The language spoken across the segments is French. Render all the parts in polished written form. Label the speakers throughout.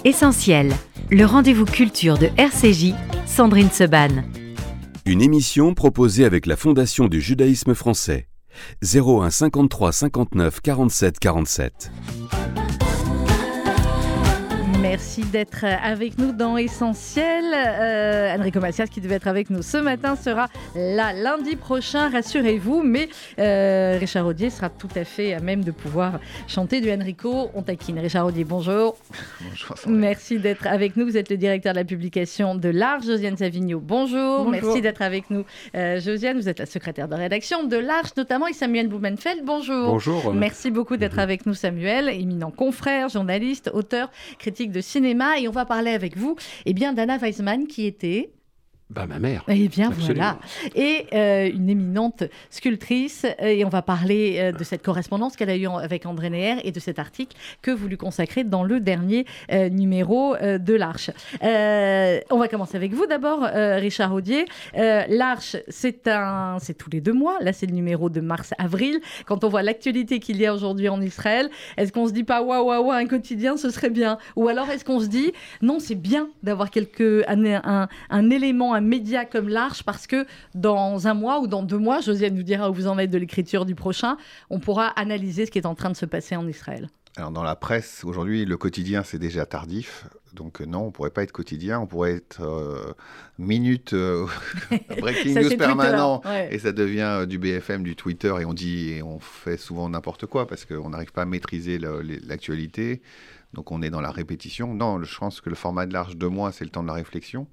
Speaker 1: Essentiel, le rendez-vous culture de RCJ, Sandrine Seban.
Speaker 2: Une émission proposée avec la Fondation du judaïsme français. 01 53 59 47 47.
Speaker 3: Merci d'être avec nous dans Essentiel. Enrico Macias, qui devait être avec nous ce matin, sera là lundi prochain, rassurez-vous. Mais Richard Audier sera tout à fait à même de pouvoir chanter du Enrico. On taquine. Richard Audier, bonjour.
Speaker 4: Bonjour.
Speaker 3: Merci d'être avec nous. Vous êtes le directeur de la publication de l'Arche. Josiane Savigno, bonjour. Merci d'être avec nous. Josiane, vous êtes la secrétaire de rédaction de l'Arche, notamment, et Samuel Blumenfeld, bonjour.
Speaker 4: Bonjour.
Speaker 3: Merci beaucoup d'être avec nous, Samuel, éminent confrère, journaliste, auteur, critique de cinéma, et on va parler avec vous d'Anna Weizmann, qui était...
Speaker 4: ma mère.
Speaker 3: Eh bien,
Speaker 4: Absolument.
Speaker 3: voilà. Et une éminente sculptrice. Et on va parler de cette correspondance qu'elle a eue avec André Neher et de cet article que vous lui consacrez dans le dernier numéro de l'Arche. On va commencer avec vous d'abord, Richard Audier. L'Arche, c'est tous les 2 mois. Là, c'est le numéro de mars-avril. Quand on voit l'actualité qu'il y a aujourd'hui en Israël, est-ce qu'on se dit pas waouh, un quotidien, ce serait bien? Ou alors est-ce qu'on se dit non, c'est bien d'avoir un élément, un média comme l'Arche, parce que dans 1 mois ou dans 2 mois, Josiane nous dira où vous en êtes de l'écriture du prochain, on pourra analyser ce qui est en train de se passer en Israël.
Speaker 4: Alors dans la presse, aujourd'hui, le quotidien, c'est déjà tardif. Donc non, on ne pourrait pas être quotidien, on pourrait être minute breaking news permanent. Ouais. Et ça devient du BFM, du Twitter, et on fait souvent n'importe quoi parce qu'on n'arrive pas à maîtriser l'actualité. Donc on est dans la répétition. Non, je pense que le format de l'Arche 2 mois, c'est le temps de la réflexion.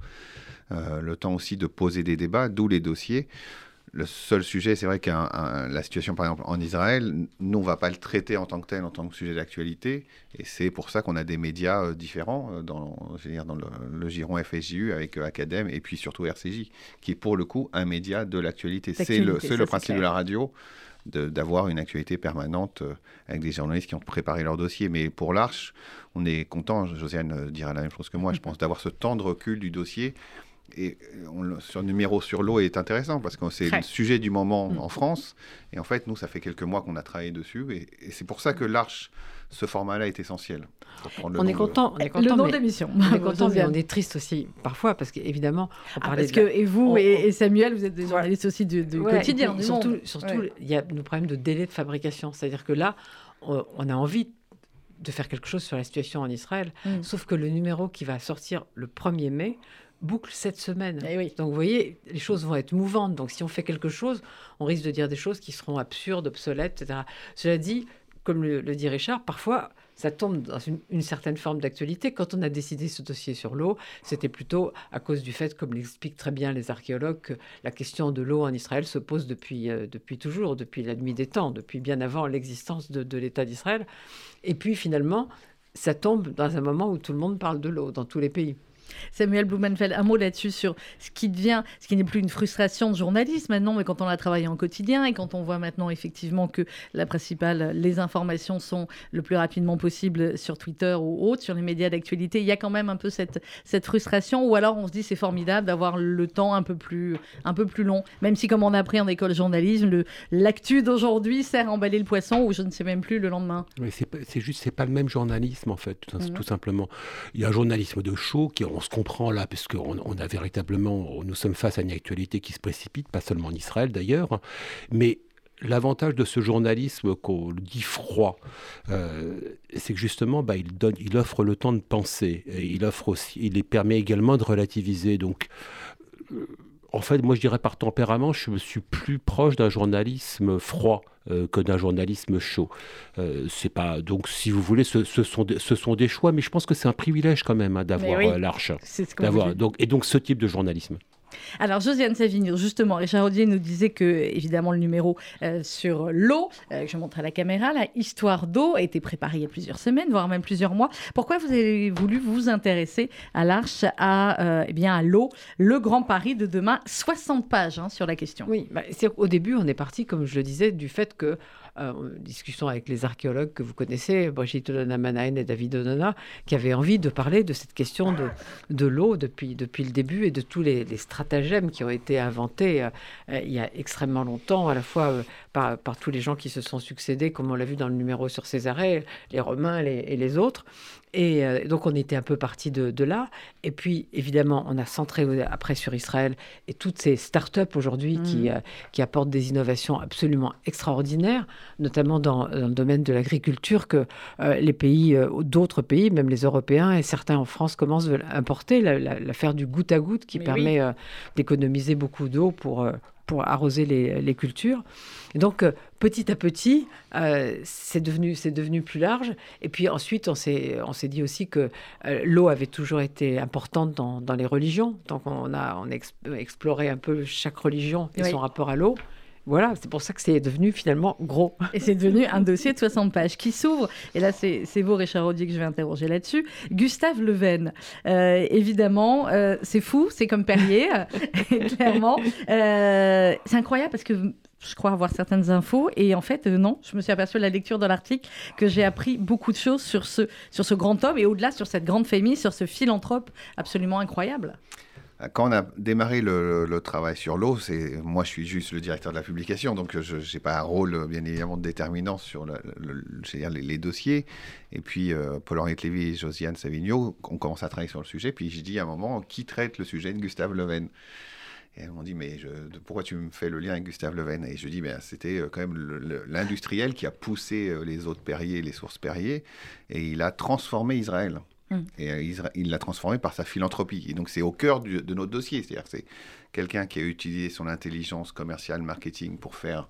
Speaker 4: Le temps aussi de poser des débats, d'où les dossiers. Le seul sujet, c'est vrai que la situation, par exemple, en Israël, nous, on ne va pas le traiter en tant que tel, en tant que sujet d'actualité. Et c'est pour ça qu'on a des médias différents dans le giron FSJU avec Academ et puis surtout RCJ, qui est pour le coup un média de l'actualité. C'est le principe de la radio, d'avoir une actualité permanente avec des journalistes qui ont préparé leur dossier. Mais pour l'Arche, on est content, Josiane dira la même chose que moi, je pense, d'avoir ce temps de recul du dossier. Et ce numéro sur l'eau est intéressant parce que c'est le sujet du moment en France. Et en fait, nous, ça fait quelques mois qu'on a travaillé dessus. Et c'est pour ça que l'Arche, ce format-là, est essentiel.
Speaker 5: On est content.
Speaker 3: Le nom de l'émission.
Speaker 5: On est content, mais on est triste aussi parfois parce qu'évidemment, on parlait
Speaker 3: et vous et Samuel, vous êtes des journalistes aussi du quotidien.
Speaker 5: Surtout, il y a nos problèmes de délai de fabrication. C'est-à-dire que là, on a envie de faire quelque chose sur la situation en Israël. Sauf que le numéro qui va sortir le 1er mai boucle cette semaine. Donc vous voyez, les choses vont être mouvantes. Donc si on fait quelque chose, on risque de dire des choses qui seront absurdes, obsolètes, etc. Cela dit, comme le dit Richard, parfois ça tombe dans une certaine forme d'actualité. Quand on a décidé ce dossier sur l'eau, c'était plutôt à cause du fait, comme l'expliquent très bien les archéologues, que la question de l'eau en Israël se pose depuis toujours, depuis la nuit des temps, depuis bien avant l'existence de l'État d'Israël. Et puis finalement, ça tombe dans un moment où tout le monde parle de l'eau, dans tous les pays.
Speaker 3: Samuel Blumenfeld, un mot là-dessus sur ce qui n'est plus une frustration de journaliste maintenant, mais quand on a travaillé en quotidien et quand on voit maintenant effectivement que les informations sont le plus rapidement possible sur Twitter ou autre, sur les médias d'actualité, il y a quand même un peu cette frustration, ou alors on se dit c'est formidable d'avoir le temps un peu plus long, même si comme on a appris en école de journalisme, l'actu d'aujourd'hui sert à emballer le poisson, ou je ne sais même plus le lendemain.
Speaker 6: Mais c'est pas le même journalisme en fait, tout simplement. Il y a un journalisme de show on se comprend là, parce qu'on a véritablement, nous sommes face à une actualité qui se précipite, pas seulement en Israël d'ailleurs, mais l'avantage de ce journalisme qu'on dit froid, c'est que justement, il offre le temps de penser, et il les permet également de relativiser. Donc, en fait, moi je dirais par tempérament, je suis plus proche d'un journalisme froid que d'un journalisme chaud. C'est pas, donc si vous voulez, ce sont des choix, mais je pense que c'est un privilège quand même d'avoir l'Arche, donc ce type de journalisme.
Speaker 3: Alors, Josiane Savigno, justement, Richard Audier nous disait que, évidemment, le numéro sur l'eau, je montre à la caméra, la histoire d'eau a été préparée il y a plusieurs semaines, voire même plusieurs mois. Pourquoi vous avez voulu vous intéresser à l'Arche, à l'eau, le grand pari de demain, 60 pages sur la question?
Speaker 5: Oui, au début, on est parti, comme je le disais, du fait que discussion avec les archéologues que vous connaissez, Brigitte O'Donnell-Manahen et David O'Donnell, qui avaient envie de parler de cette question de l'eau depuis le début et de tous les stratagèmes qui ont été inventés il y a extrêmement longtemps, à la fois par tous les gens qui se sont succédés, comme on l'a vu dans le numéro sur Césarée, les Romains et les autres. Et donc, on était un peu parti de là. Et puis, évidemment, on a centré après sur Israël et toutes ces start-up aujourd'hui qui apportent des innovations absolument extraordinaires, notamment dans le domaine de l'agriculture, que les pays, d'autres pays, même les Européens et certains en France, commencent à importer. L'affaire du goutte à goutte qui permet d'économiser beaucoup d'eau pour arroser les cultures. Et donc, petit à petit, c'est devenu plus large. Et puis ensuite, on s'est dit aussi que l'eau avait toujours été importante dans les religions. Donc, on a exploré un peu chaque religion et son rapport à l'eau. Voilà, c'est pour ça que c'est devenu finalement gros.
Speaker 3: Et c'est devenu un dossier de 60 pages qui s'ouvre. Et là, c'est vous, Richard Audier, que je vais interroger là-dessus. Gustave Le Veine, évidemment, c'est fou, c'est comme Perrier, clairement. C'est incroyable parce que je crois avoir certaines infos. Et en fait, non, je me suis aperçue à la lecture de l'article que j'ai appris beaucoup de choses sur ce grand homme et au-delà, sur cette grande famille, sur ce philanthrope absolument incroyable.
Speaker 4: Quand on a démarré le travail sur l'eau, moi je suis juste le directeur de la publication, donc je n'ai pas un rôle bien évidemment déterminant sur les dossiers. Et puis Paul-Henri Lévy et Josiane Savigno ont commencé à travailler sur le sujet. Puis je dis à un moment, qui traite le sujet de Gustave Le Veine ? Et elles m'ont dit, mais pourquoi tu me fais le lien avec Gustave Le Veine ? Et je dis, c'était quand même l'industriel qui a poussé les eaux de Perrier, les sources Perrier, et il a transformé Israël. Et il l'a transformé par sa philanthropie. Et donc, c'est au cœur de notre dossier. C'est-à-dire que c'est quelqu'un qui a utilisé son intelligence commerciale, marketing, pour faire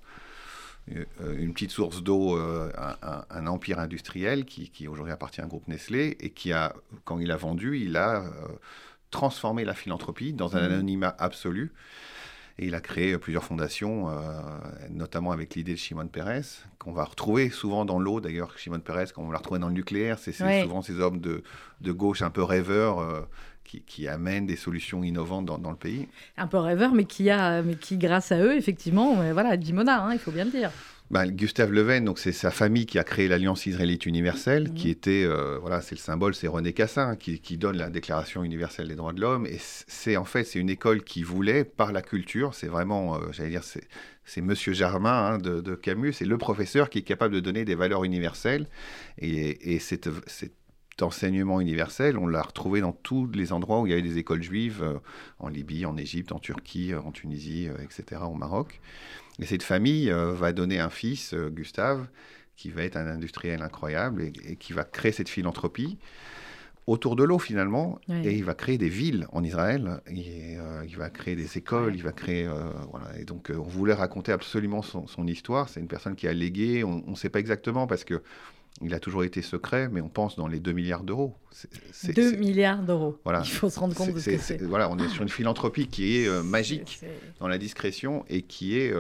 Speaker 4: une petite source d'eau, un empire industriel qui aujourd'hui appartient à un groupe Nestlé, et qui a, quand il a vendu, il a transformé la philanthropie dans un anonymat absolu. Et il a créé plusieurs fondations, notamment avec l'idée de Shimon Peres, qu'on va retrouver souvent dans l'eau. D'ailleurs, Shimon Peres, quand on l'a retrouvé dans le nucléaire, c'est souvent ces hommes de gauche un peu rêveurs qui amènent des solutions innovantes dans le pays.
Speaker 3: Un peu rêveurs, mais qui, grâce à eux, effectivement, Dimona, il faut bien le dire.
Speaker 4: Gustave Le Veine, donc c'est sa famille qui a créé l'Alliance israélite universelle, qui était, c'est le symbole, c'est René Cassin qui donne la Déclaration universelle des droits de l'homme. Et c'est une école qui voulait, par la culture, c'est vraiment, c'est Monsieur Germain de Camus, c'est le professeur qui est capable de donner des valeurs universelles. Et cet enseignement universel, on l'a retrouvé dans tous les endroits où il y avait des écoles juives, en Libye, en Égypte, en Turquie, en Tunisie, etc., au Maroc. Et cette famille va donner un fils, Gustave, qui va être un industriel incroyable et qui va créer cette philanthropie autour de l'eau finalement. Oui. Et il va créer des villes en Israël. Et, il va créer des écoles, il va créer... Et donc on voulait raconter absolument son histoire. C'est une personne qui a légué, on ne sait pas exactement parce que il a toujours été secret, mais on pense dans les 2 milliards d'euros.
Speaker 3: 2 milliards d'euros.
Speaker 4: Voilà.
Speaker 3: Il faut se rendre compte de ce que c'est.
Speaker 4: Voilà, on est sur une philanthropie qui est magique dans la discrétion et qui est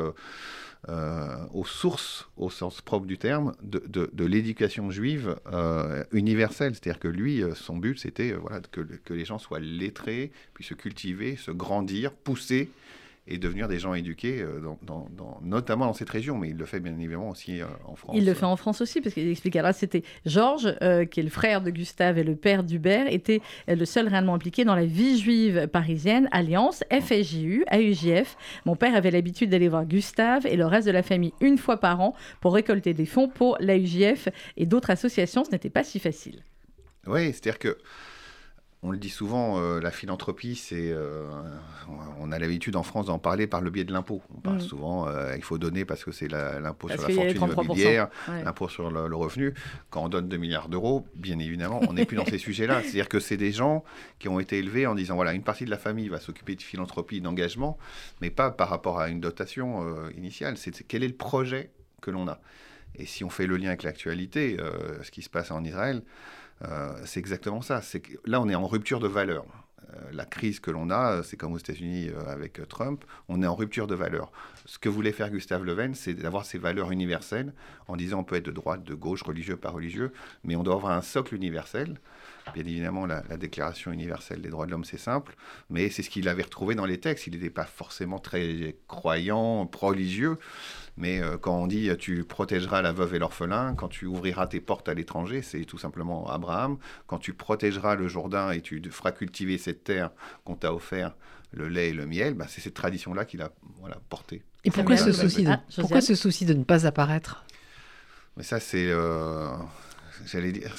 Speaker 4: aux sources, au sens propre du terme, de l'éducation juive universelle. C'est-à-dire que lui, son but, c'était que les gens soient lettrés, puissent se cultiver, se grandir, pousser et devenir des gens éduqués, notamment dans cette région, mais il le fait bien évidemment aussi en France.
Speaker 3: Il le fait en France aussi, parce qu'il explique, alors c'était Georges, qui est le frère de Gustave et le père d'Hubert, était le seul réellement impliqué dans la vie juive parisienne, Alliance, FSJU, AUJF. Mon père avait l'habitude d'aller voir Gustave et le reste de la famille une fois par an pour récolter des fonds pour l'AUJF et d'autres associations. Ce n'était pas si facile.
Speaker 4: Oui, c'est-à-dire que on le dit souvent, la philanthropie, on a l'habitude en France d'en parler par le biais de l'impôt. On parle souvent, il faut donner parce que c'est l'impôt sur la fortune immobilière, l'impôt sur le revenu. Quand on donne 2 milliards d'euros, bien évidemment, on n'est plus dans ces sujets-là. C'est-à-dire que c'est des gens qui ont été élevés en disant, voilà, une partie de la famille va s'occuper de philanthropie, d'engagement, mais pas par rapport à une dotation initiale. C'est quel est le projet que l'on a. Et si on fait le lien avec l'actualité, ce qui se passe en Israël, c'est exactement ça. C'est que là, on est en rupture de valeurs. la crise que l'on a, c'est comme aux États-Unis avec Trump, on est en rupture de valeurs. Ce que voulait faire Gustave Le Venn, c'est d'avoir ces valeurs universelles, en disant on peut être de droite, de gauche, religieux, pas religieux, mais on doit avoir un socle universel. Bien évidemment, la Déclaration universelle des droits de l'homme, c'est simple, mais c'est ce qu'il avait retrouvé dans les textes. Il n'était pas forcément très croyant, pro-religieux, mais quand on dit « tu protégeras la veuve et l'orphelin », quand tu ouvriras tes portes à l'étranger, c'est tout simplement Abraham. Quand tu protégeras le Jourdain et tu feras cultiver cette terre qu'on t'a offert, le lait et le miel, c'est cette tradition-là qu'il a portée.
Speaker 5: Et pourquoi ce souci de ne pas apparaître ?
Speaker 4: Mais ça, c'est... j'allais dire...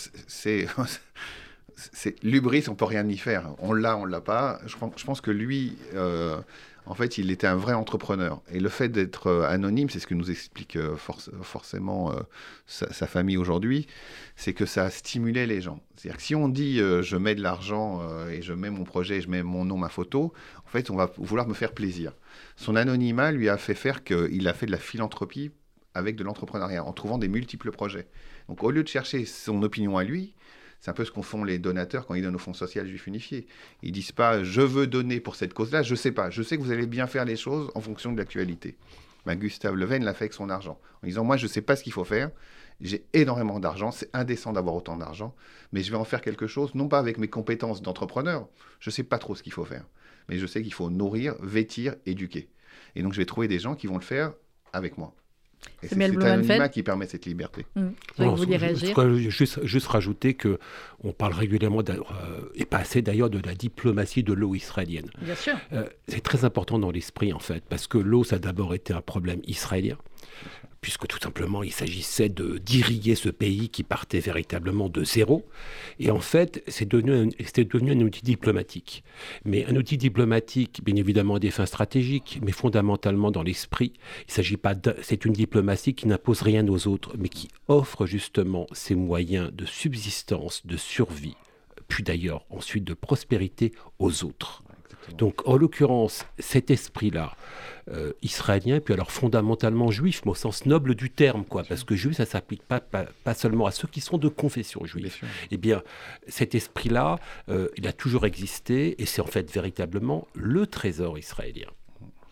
Speaker 4: C'est l'hubris, on peut rien y faire. On l'a pas. Je pense que lui, en fait, il était un vrai entrepreneur. Et le fait d'être anonyme, c'est ce que nous explique forcément sa famille aujourd'hui, c'est que ça a stimulé les gens. C'est-à-dire que si on dit je mets de l'argent et je mets mon projet, je mets mon nom, ma photo, en fait, on va vouloir me faire plaisir. Son anonymat lui a fait faire qu'il a fait de la philanthropie avec de l'entrepreneuriat, en trouvant des multiples projets. Donc, au lieu de chercher son opinion à lui, c'est un peu ce qu'en font les donateurs quand ils donnent au Fonds social juif unifié. Ils disent pas « je veux donner pour cette cause-là », je sais pas. Je sais que vous allez bien faire les choses en fonction de l'actualité. Gustave Le Venn l'a fait avec son argent. En disant « moi, je sais pas ce qu'il faut faire. J'ai énormément d'argent. C'est indécent d'avoir autant d'argent. Mais je vais en faire quelque chose, non pas avec mes compétences d'entrepreneur. Je sais pas trop ce qu'il faut faire. Mais je sais qu'il faut nourrir, vêtir, éduquer. Et donc, je vais trouver des gens qui vont le faire avec moi. » Et c'est cet anonymat qui permet cette liberté.
Speaker 3: Vous vouliez réagir ?
Speaker 6: Je voudrais juste rajouter qu'on parle régulièrement, et pas assez d'ailleurs, de la diplomatie de l'eau israélienne.
Speaker 3: Bien sûr.
Speaker 6: C'est très important dans l'esprit, en fait, parce que l'eau, ça a d'abord été un problème israélien, puisque tout simplement, il s'agissait d'irriguer ce pays qui partait véritablement de zéro. Et en fait, c'était devenu un outil diplomatique. Mais un outil diplomatique, bien évidemment, à des fins stratégiques, mais fondamentalement dans l'esprit. C'est une diplomatie qui n'impose rien aux autres, mais qui offre justement ces moyens de subsistance, de survie, puis d'ailleurs ensuite de prospérité aux autres. Donc, en l'occurrence, cet esprit-là, israélien, puis alors fondamentalement juif, mais au sens noble du terme, quoi, parce que juif, ça ne s'applique pas seulement à ceux qui sont de confession juive. Eh bien, cet esprit-là, il a toujours existé, et c'est en fait véritablement le trésor israélien.
Speaker 3: Josiane ?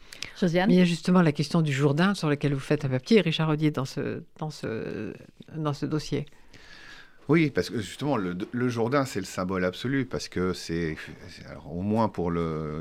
Speaker 5: Mais il y a justement la question du Jourdain sur laquelle vous faites un papier, Richard Audier, dans ce dossier.
Speaker 4: Oui, parce que justement, le Jourdain, c'est le symbole absolu, parce que alors, au moins pour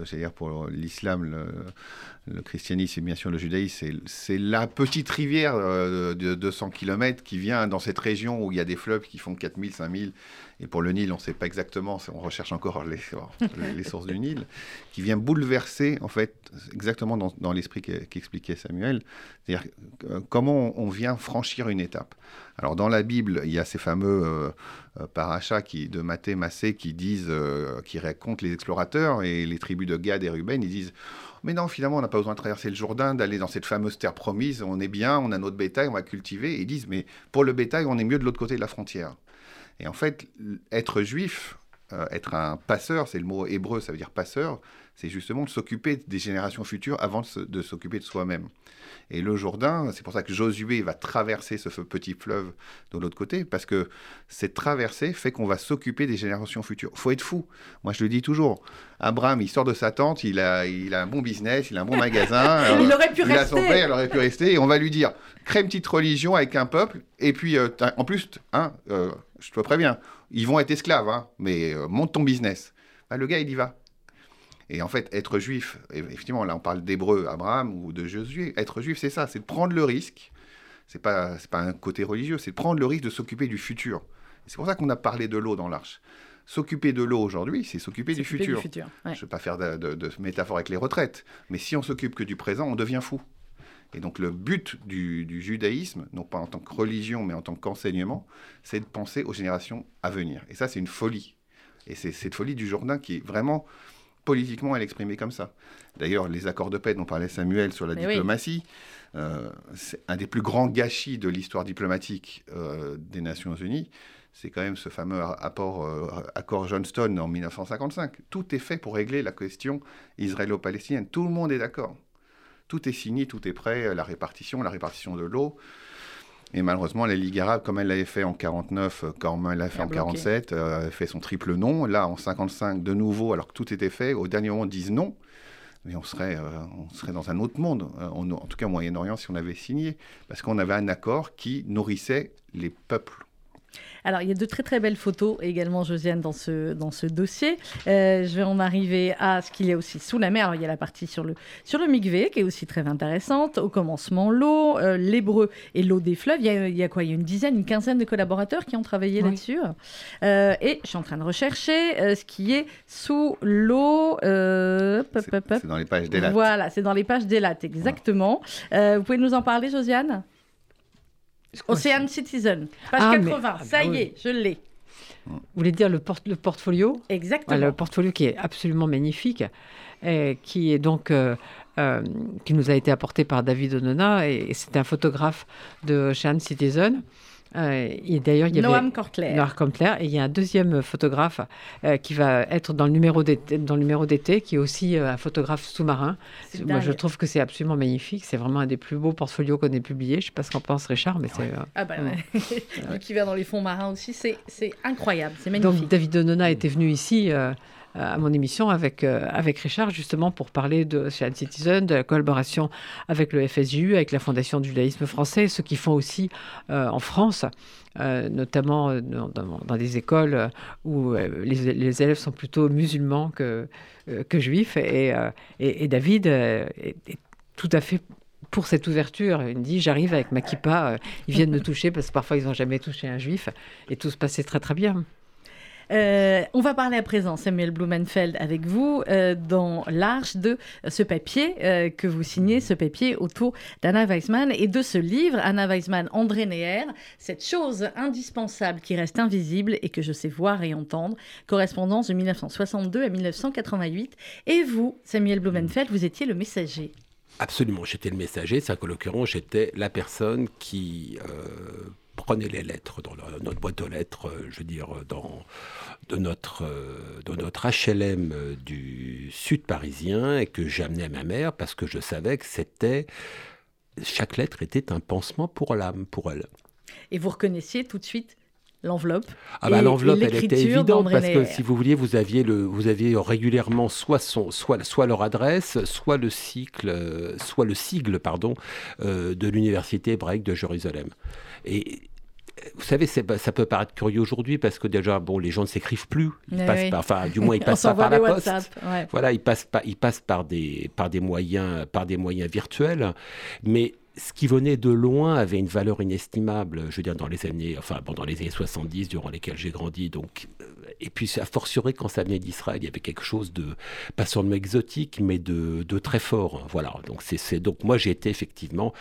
Speaker 4: l'islam, le christianisme et bien sûr le judaïsme, c'est la petite rivière de 200 km qui vient dans cette région où il y a des fleuves qui font 4000, 5000, et pour le Nil, on ne sait pas exactement, on recherche encore les sources du Nil, qui vient bouleverser, en fait, exactement dans l'esprit qu'expliquait Samuel, c'est-à-dire comment on vient franchir une étape. Alors, dans la Bible, il y a ces fameux parachas de Mattée, Massé qui racontent les explorateurs, et les tribus de Gad et Ruben, ils disent « Mais non, finalement, on n'a pas besoin de traverser le Jourdain, d'aller dans cette fameuse terre promise, on est bien, on a notre bétail, on va cultiver. » Et ils disent « Mais pour le bétail, on est mieux de l'autre côté de la frontière. » Et en fait, être juif, être un passeur, c'est le mot hébreu, ça veut dire passeur, c'est justement de s'occuper des générations futures avant de s'occuper de soi-même. Et le Jourdain, c'est pour ça que Josué va traverser ce petit fleuve de l'autre côté, parce que cette traversée fait qu'on va s'occuper des générations futures. Il faut être fou. Moi, je le dis toujours. Abraham, il sort de sa tente, il a un bon business, il a un bon magasin.
Speaker 3: Il aurait pu rester.
Speaker 4: Il a son père, il aurait pu rester. Et on va lui dire, crée une petite religion avec un peuple. Et puis, en plus, je te préviens, ils vont être esclaves, mais monte ton business. Le gars, il y va. Et en fait, être juif, effectivement, là on parle d'hébreu, Abraham, ou de Josué, être juif, c'est ça, c'est de prendre le risque, c'est pas un côté religieux, c'est de prendre le risque de s'occuper du futur. Et c'est pour ça qu'on a parlé de l'eau dans l'Arche. S'occuper de l'eau aujourd'hui, c'est s'occuper du futur. Ouais. Je ne vais pas faire de métaphore avec les retraites, mais si on s'occupe que du présent, on devient fou. Et donc le but du judaïsme, non pas en tant que religion, mais en tant qu'enseignement, c'est de penser aux générations à venir. Et ça, c'est une folie. Et c'est cette folie du Jourdain qui est vraiment... Politiquement, elle est exprimée comme ça. D'ailleurs, les accords de paix dont parlait Samuel sur la diplomatie, c'est un des plus grands gâchis de l'histoire diplomatique des Nations Unies. C'est quand même ce fameux accord Johnston en 1955. Tout est fait pour régler la question israélo-palestinienne. Tout le monde est d'accord. Tout est signé, tout est prêt, la répartition de l'eau. Et malheureusement, la Ligue arabe, comme elle l'avait fait en 49, comme elle l'a fait en 47, avait fait son triple non. Là, en 55, de nouveau, alors que tout était fait, au dernier moment, disent non. Mais on serait dans un autre monde, en tout cas au Moyen-Orient, si on avait signé. Parce qu'on avait un accord qui nourrissait les peuples.
Speaker 3: Alors, il y a de très très belles photos également, Josiane, dans ce dossier. Je vais en arriver à ce qu'il y a aussi sous la mer. Alors, il y a la partie sur le mikvé, qui est aussi très intéressante. Au commencement, l'eau, l'hébreu et l'eau des fleuves. Il y a quoi ? Il y a une quinzaine de collaborateurs qui ont travaillé là-dessus. Et je suis en train de rechercher ce qui est sous l'eau.
Speaker 4: C'est dans les pages d'Elat.
Speaker 3: Voilà, c'est dans les pages d'Elat, exactement. Vous pouvez nous en parler, Josiane ? Ocean Citizen, page 80, ça y est, je l'ai.
Speaker 5: Vous voulez dire le portfolio ?
Speaker 3: Exactement.
Speaker 5: Le portfolio qui est absolument magnifique, qui est donc qui nous a été apporté par David Onona, et c'est un photographe de Ocean Citizen. Et d'ailleurs, il y avait
Speaker 3: Noam Kortler,
Speaker 5: et il y a un deuxième photographe qui va être dans le numéro d'été, qui est aussi un photographe sous-marin. Moi, je trouve que c'est absolument magnifique. C'est vraiment un des plus beaux portfolios qu'on ait publié. Je ne sais pas ce qu'en pense Richard, mais c'est...
Speaker 3: Lui qui va dans les fonds marins aussi, c'est incroyable, c'est magnifique.
Speaker 5: Donc, David Onona était venu ici à mon émission avec Richard, justement pour parler de Ocean Citizen, de la collaboration avec le FSJU, avec la Fondation du judaïsme français, ce qu'ils font aussi en France, notamment dans des écoles où les élèves sont plutôt musulmans que juifs. Et David est tout à fait pour cette ouverture. Il me dit, j'arrive avec ma kippa, ils viennent me toucher parce que parfois ils n'ont jamais touché un juif, et tout se passait très très bien.
Speaker 3: On va parler à présent, Samuel Blumenfeld, avec vous, dans l'Arche de ce papier que vous signez, ce papier autour d'Anna Weizmann et de ce livre, Anna Weizmann, André Neher, cette chose indispensable qui reste invisible et que je sais voir et entendre, correspondance de 1962 à 1988. Et vous, Samuel Blumenfeld, vous étiez le messager.
Speaker 6: Absolument, j'étais le messager, c'est-à-dire qu'en l'occurrence, j'étais la personne qui prenait les lettres dans notre boîte aux lettres, de notre HLM du sud parisien, et que j'amenais à ma mère parce que je savais que chaque lettre était un pansement pour l'âme, pour elle.
Speaker 3: Et vous reconnaissiez tout de suite l'enveloppe.
Speaker 6: L'enveloppe, elle était évidente parce que, si vous vouliez, vous aviez régulièrement soit leur adresse, soit le sigle, de l'université hébraïque de Jérusalem. Et vous savez, ça peut paraître curieux aujourd'hui parce que déjà, les gens ne s'écrivent plus. Ils passent pas par la poste.
Speaker 3: Ouais.
Speaker 6: Voilà, ils passent par des moyens virtuels. Mais ce qui venait de loin avait une valeur inestimable, je veux dire, dans les années 70, durant lesquelles j'ai grandi. Donc, et puis, a fortiori, quand ça venait d'Israël, il y avait quelque chose de, pas seulement exotique, mais de très fort. Voilà. Donc moi, j'ai été effectivement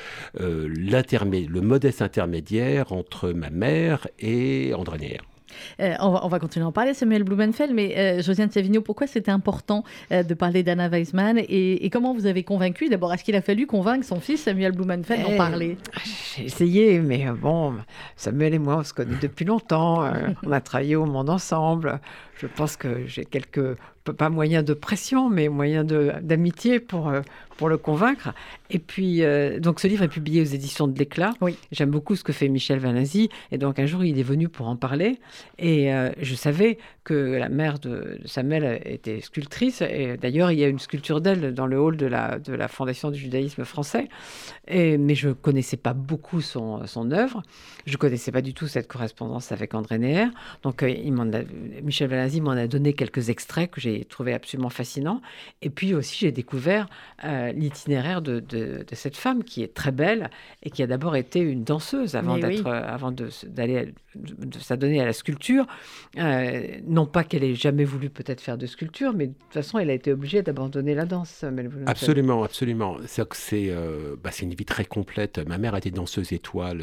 Speaker 6: le modeste intermédiaire entre ma mère et André Neher.
Speaker 3: On va continuer à en parler, Samuel Blumenfeld, mais Josiane Savigno, pourquoi c'était important de parler d'Anna Weizmann et comment vous avez convaincu ? D'abord, est-ce qu'il a fallu convaincre son fils, Samuel Blumenfeld, d'en parler ?
Speaker 5: J'ai essayé, mais Samuel et moi, on se connaît depuis longtemps. On a travaillé au Monde ensemble. Je pense que j'ai pas moyens de pression, mais moyens d'amitié pour le convaincre. Et puis, donc ce livre est publié aux éditions de l'Éclat.
Speaker 3: Oui.
Speaker 5: J'aime beaucoup ce que fait Michel Valenzy. Et donc un jour, il est venu pour en parler. Et je savais que la mère de Samuel était sculptrice. Et d'ailleurs, il y a une sculpture d'elle dans le hall de la Fondation du judaïsme français. Mais je ne connaissais pas beaucoup son œuvre. Je ne connaissais pas du tout cette correspondance avec André Neher. Donc Michel Valenzy m'en a donné quelques extraits que j'ai trouvé absolument fascinants. Et puis aussi, j'ai découvert l'itinéraire de cette femme qui est très belle et qui a d'abord été une danseuse avant de s'adonner à la sculpture. Non pas qu'elle ait jamais voulu peut-être faire de sculpture, mais de toute façon, elle a été obligée d'abandonner la danse.
Speaker 6: Absolument. C'est une vie très complète. Ma mère était danseuse étoile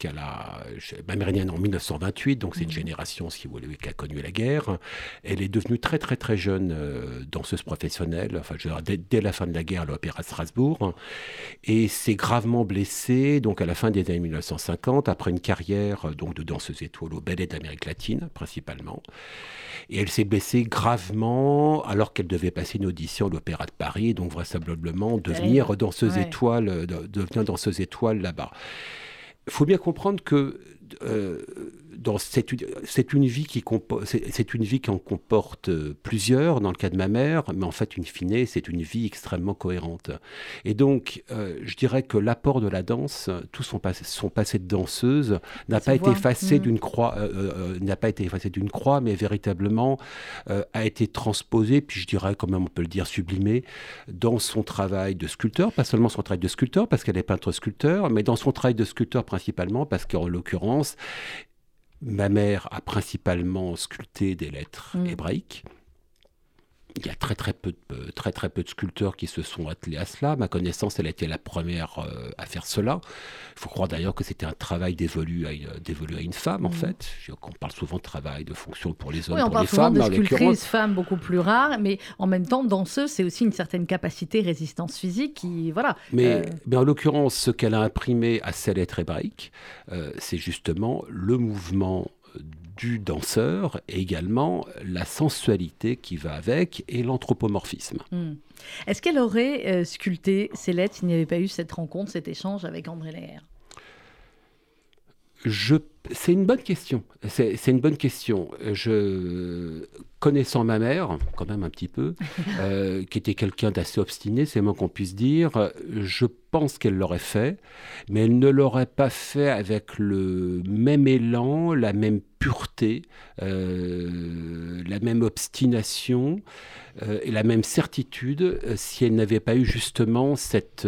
Speaker 6: ma mère est née en 1928, donc c'est une génération, si vous voulez, qui a connu la guerre. Elle est devenue très très très jeune danseuse professionnelle. Enfin, dès la fin de la guerre à l'Opéra de Strasbourg, et s'est gravement blessée. Donc à la fin des années 1950, après une carrière de danseuse étoile au Ballet d'Amérique latine principalement. Et elle s'est blessée gravement alors qu'elle devait passer une audition à l'Opéra de Paris, donc vraisemblablement devenir danseuse étoile là-bas. Il faut bien comprendre que c'est une vie qui en comporte plusieurs, dans le cas de ma mère, mais en fait, in fine, c'est une vie extrêmement cohérente. Et donc, je dirais que l'apport de la danse, tout son passé de danseuse, n'a pas été effacé d'une croix, mais véritablement a été transposé, puis je dirais, quand même on peut le dire, sublimé, dans son travail de sculpteur, pas seulement son travail de sculpteur, parce qu'elle est peintre-sculpteur, mais dans son travail de sculpteur principalement, parce qu'en l'occurrence, ma mère a principalement sculpté des lettres hébraïques. Il y a très très peu de sculpteurs qui se sont attelés à cela. À ma connaissance, elle a été la première à faire cela. Il faut croire d'ailleurs que c'était un travail dévolu à une femme, en fait. On parle souvent de travail, de fonction pour les hommes, pour les femmes.
Speaker 3: On parle souvent de sculptrice femme beaucoup plus rare, mais en même temps, danseuse, c'est aussi une certaine capacité, résistance physique qui, voilà.
Speaker 6: Mais en l'occurrence, ce qu'elle a imprimé à ces lettres hébraïques, c'est justement le mouvement du danseur et également la sensualité qui va avec et l'anthropomorphisme.
Speaker 3: Est-ce qu'elle aurait sculpté ces lettres s'il n'y avait pas eu cette rencontre, cet échange avec André Neher ?
Speaker 6: C'est une bonne question. C'est une bonne question. Connaissant ma mère, quand même un petit peu, qui était quelqu'un d'assez obstiné, c'est le moins qu'on puisse dire, je pense qu'elle l'aurait fait, mais elle ne l'aurait pas fait avec le même élan, la même pureté, la même obstination et la même certitude si elle n'avait pas eu justement cette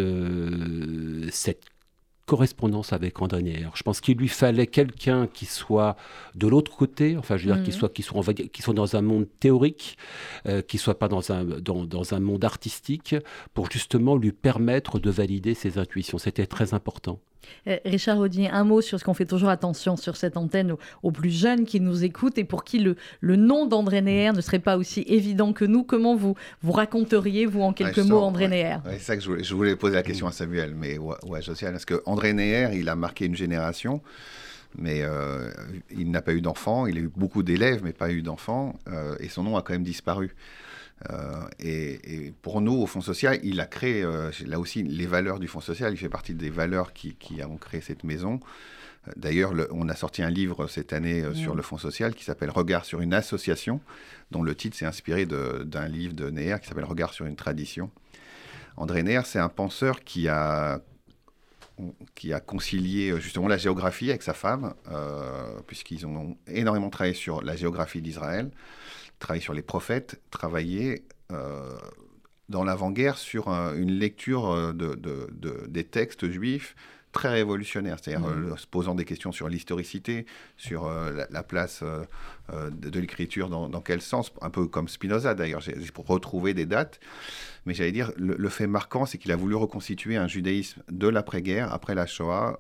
Speaker 6: correspondance avec André Neher. Je pense qu'il lui fallait quelqu'un qui soit de l'autre côté, enfin je veux dire qui soit dans un monde théorique, qui soit pas dans un monde artistique, pour justement lui permettre de valider ses intuitions. C'était très important.
Speaker 3: Richard Audier, un mot sur ce qu'on fait toujours attention sur cette antenne aux plus jeunes qui nous écoutent et pour qui le nom d'André Neher ne serait pas aussi évident que nous. Comment vous raconteriez, vous, en quelques mots, André Neher ?
Speaker 4: C'est ça que je voulais poser la question à Samuel, mais Josiane, parce que André Neher, il a marqué une génération, mais il n'a pas eu d'enfants, il a eu beaucoup d'élèves, mais pas eu d'enfants, et son nom a quand même disparu. Et pour nous, au Fonds social, il a créé, là aussi, les valeurs du Fonds social. Il fait partie des valeurs qui ont créé cette maison. D'ailleurs, on a sorti un livre cette année sur le Fonds social qui s'appelle « Regard sur une association », dont le titre s'est inspiré d'un livre de Neher qui s'appelle « Regard sur une tradition ». André Neher, c'est un penseur qui a concilié justement la géographie avec sa femme, puisqu'ils ont énormément travaillé sur la géographie d'Israël, travaillé sur les prophètes, travaillé dans l'avant-guerre sur une lecture des textes juifs très révolutionnaire, c'est-à-dire se posant des questions sur l'historicité, sur la place de l'écriture, dans quel sens, un peu comme Spinoza d'ailleurs, pour retrouver des dates. Mais j'allais dire, le fait marquant, c'est qu'il a voulu reconstituer un judaïsme de l'après-guerre, après la Shoah,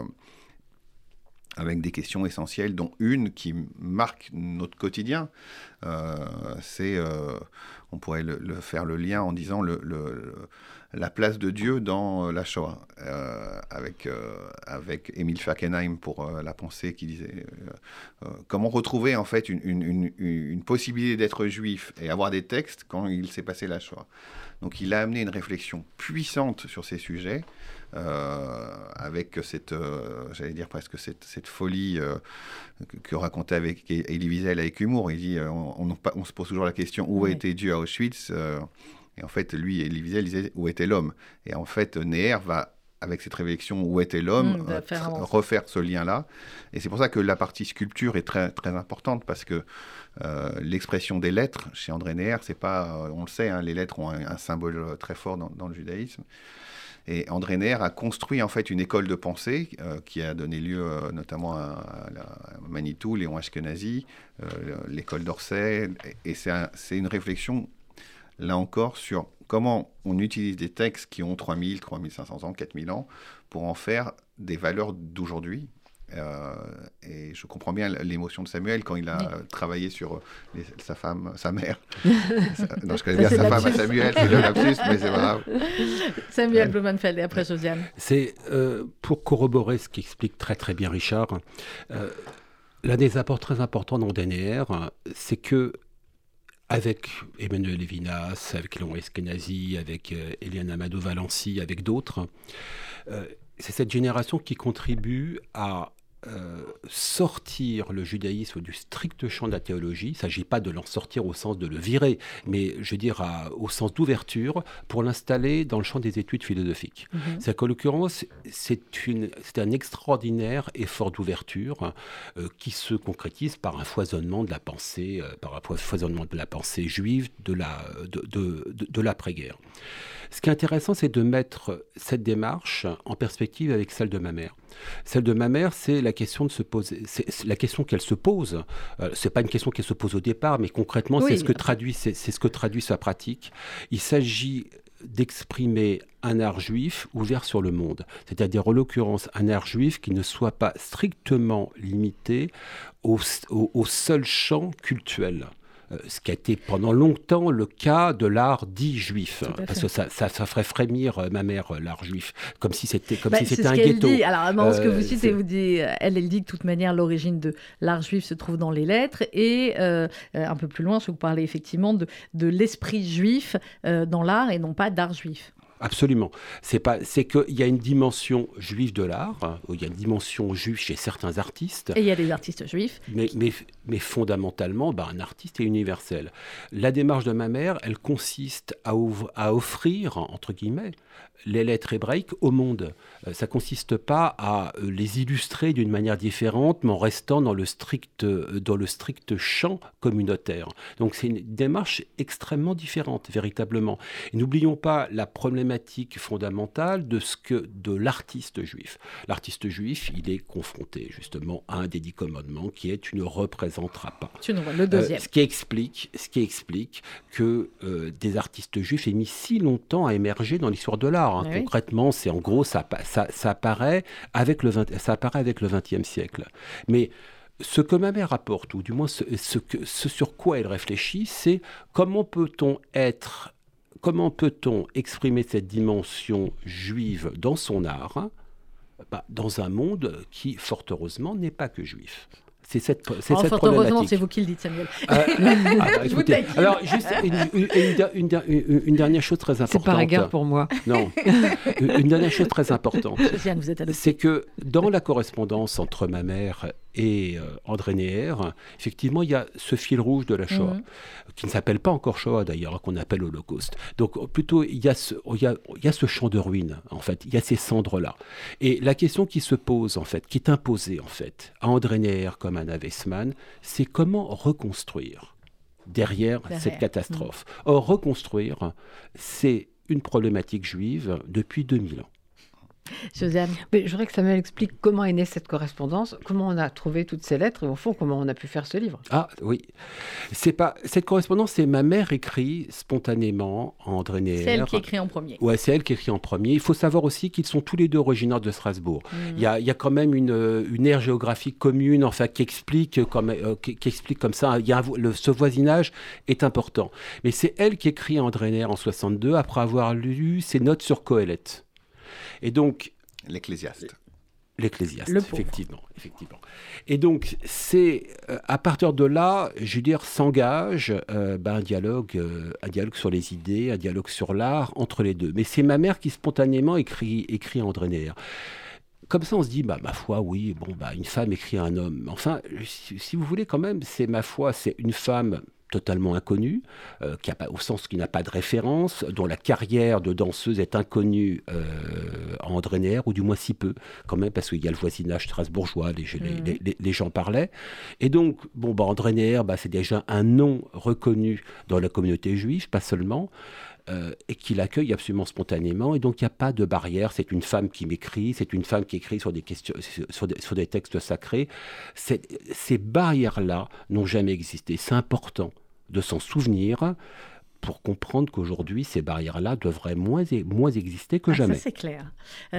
Speaker 4: avec des questions essentielles, dont une qui marque notre quotidien. On pourrait faire le lien en disant la place de Dieu dans la Shoah, avec Émile Fackenheim pour la pensée qui disait comment retrouver en fait une possibilité d'être juif et avoir des textes quand il s'est passé la Shoah. Donc il a amené une réflexion puissante sur ces sujets, avec j'allais dire presque cette folie que racontait avec Elie Wiesel avec humour. Il dit on se pose toujours la question où était Dieu à Auschwitz, et en fait lui Elie Wiesel disait où était l'homme, et en fait Neher va avec cette réflexion où était l'homme refaire ce lien-là, et c'est pour ça que la partie sculpture est très très importante, parce que l'expression des lettres chez André Neher, c'est pas, on le sait, les lettres ont un symbole très fort dans le judaïsme. Et André Neher a construit en fait une école de pensée qui a donné lieu notamment à Manitou, Léon Ashkenazi, l'école d'Orsay. Et c'est une réflexion, là encore, sur comment on utilise des textes qui ont 3000, 3500 ans, 4000 ans, pour en faire des valeurs d'aujourd'hui. Et je comprends bien l'émotion de Samuel quand il a travaillé sur sa mère. Non, je connais bien sa femme à Samuel, c'est le lapsus, mais c'est pas grave.
Speaker 3: Samuel Blumenfeld et après Josiane.
Speaker 6: C'est pour corroborer ce qu'explique très très bien Richard. L'un des apports très importants d'André Neher, c'est que avec Emmanuel Levinas, avec Léon Ashkenazi, avec Eliane Amadou Valency, avec d'autres, cette génération qui contribue à sortir le judaïsme du strict champ de la théologie. Il ne s'agit pas de l'en sortir au sens de le virer, mais je veux dire au sens d'ouverture pour l'installer dans le champ des études philosophiques. C'est qu'en l'occurrence, c'est un extraordinaire effort d'ouverture qui se concrétise par un foisonnement de la pensée, juive de l'après-guerre. Ce qui est intéressant, c'est de mettre cette démarche en perspective avec celle de ma mère. Celle de ma mère, c'est la question de se poser, c'est la question qu'elle se pose. C'est pas une question qu'elle se pose au départ, mais concrètement, c'est ce que traduit sa pratique. Il s'agit d'exprimer un art juif ouvert sur le monde, c'est-à-dire en l'occurrence un art juif qui ne soit pas strictement limité au seul champ cultuel. Ce qui a été pendant longtemps le cas de l'art dit juif, parce que ça ferait frémir ma mère, l'art juif, comme si c'était un ghetto.
Speaker 3: Dit. Alors, ce que vous citez, vous dites, elle dit que de toute manière l'origine de l'art juif se trouve dans les lettres, et un peu plus loin, vous parlez effectivement de l'esprit juif dans l'art et non pas d'art juif.
Speaker 6: Absolument. C'est qu'il y a une dimension juive de l'art, il y a une dimension juive chez certains artistes.
Speaker 3: Et il y a des artistes juifs.
Speaker 6: Mais fondamentalement, un artiste est universel. La démarche de ma mère, elle consiste à offrir, entre guillemets, les lettres hébraïques au monde. Ça ne consiste pas à les illustrer d'une manière différente, mais en restant dans le strict champ communautaire. Donc c'est une démarche extrêmement différente, véritablement. Et n'oublions pas la problématique fondamentale de l'artiste juif. L'artiste juif, il est confronté justement à un des 10 commandements qui est « tu ne représenteras pas ».
Speaker 3: Le deuxième.
Speaker 6: Ce qui explique que des artistes juifs aient mis si longtemps à émerger dans l'histoire de l'art.
Speaker 3: Oui.
Speaker 6: Concrètement, c'est en gros, ça apparaît avec le XXe siècle. Mais ce que ma mère apporte, ou du moins ce sur quoi elle réfléchit, c'est comment peut-on exprimer cette dimension juive dans son art, dans un monde qui, fort heureusement, n'est pas que juif. C'est cette problématique.
Speaker 3: Heureusement, c'est vous qui le dites, Samuel.
Speaker 6: Écoutez, alors, juste une dernière chose très importante.
Speaker 5: C'est par égard pour moi.
Speaker 6: Non, une dernière chose très importante.
Speaker 3: Josiane, vous êtes adoptée.
Speaker 6: C'est que dans la correspondance entre ma mère et André Neher, effectivement, il y a ce fil rouge de la Shoah, qui ne s'appelle pas encore Shoah d'ailleurs, qu'on appelle Holocauste. Donc plutôt, il y a ce champ de ruines, en fait, il y a ces cendres-là. Et la question qui se pose, en fait, qui est imposée, en fait, à André Neher comme à Anna Weissmann, c'est comment reconstruire derrière cette catastrophe. Or, reconstruire, c'est une problématique juive depuis 2000 ans.
Speaker 3: Josiane.
Speaker 5: Mais je voudrais que Samuel explique comment est née cette correspondance, comment on a trouvé toutes ces lettres et au fond comment on a pu faire ce livre.
Speaker 6: Ah oui, cette correspondance, c'est ma mère écrit spontanément à André Neher.
Speaker 3: C'est elle qui écrit en premier.
Speaker 6: Ouais, c'est elle qui écrit en premier. Il faut savoir aussi qu'ils sont tous les deux originaires de Strasbourg. Il y a quand même une aire géographique commune, enfin qui explique comme ça. Ce voisinage est important. Mais c'est elle qui écrit à André Neher en 62 après avoir lu ses notes sur Qoheleth. Et donc,
Speaker 4: L'Ecclésiaste,
Speaker 6: effectivement. Et donc, c'est à partir de là, je veux dire, s'engage un dialogue sur les idées, un dialogue sur l'art entre les deux. Mais c'est ma mère qui spontanément écrit André Neher. Comme ça, on se dit, ma foi, oui, une femme écrit à un homme. Enfin, si vous voulez, quand même, c'est une femme totalement inconnue, au sens qui n'a pas de référence, dont la carrière de danseuse est inconnue à André Neher, ou du moins si peu, quand même, parce qu'il y a le voisinage strasbourgeois, les gens parlaient. Et donc, André Neher, c'est déjà un nom reconnu dans la communauté juive, pas seulement, et qui l'accueille absolument spontanément, et donc il n'y a pas de barrière. C'est une femme qui m'écrit, c'est une femme qui écrit sur des questions, sur des textes sacrés. Ces barrières-là n'ont jamais existé. C'est important de s'en souvenir pour comprendre qu'aujourd'hui, ces barrières-là devraient moins exister que jamais.
Speaker 3: Ça, c'est clair.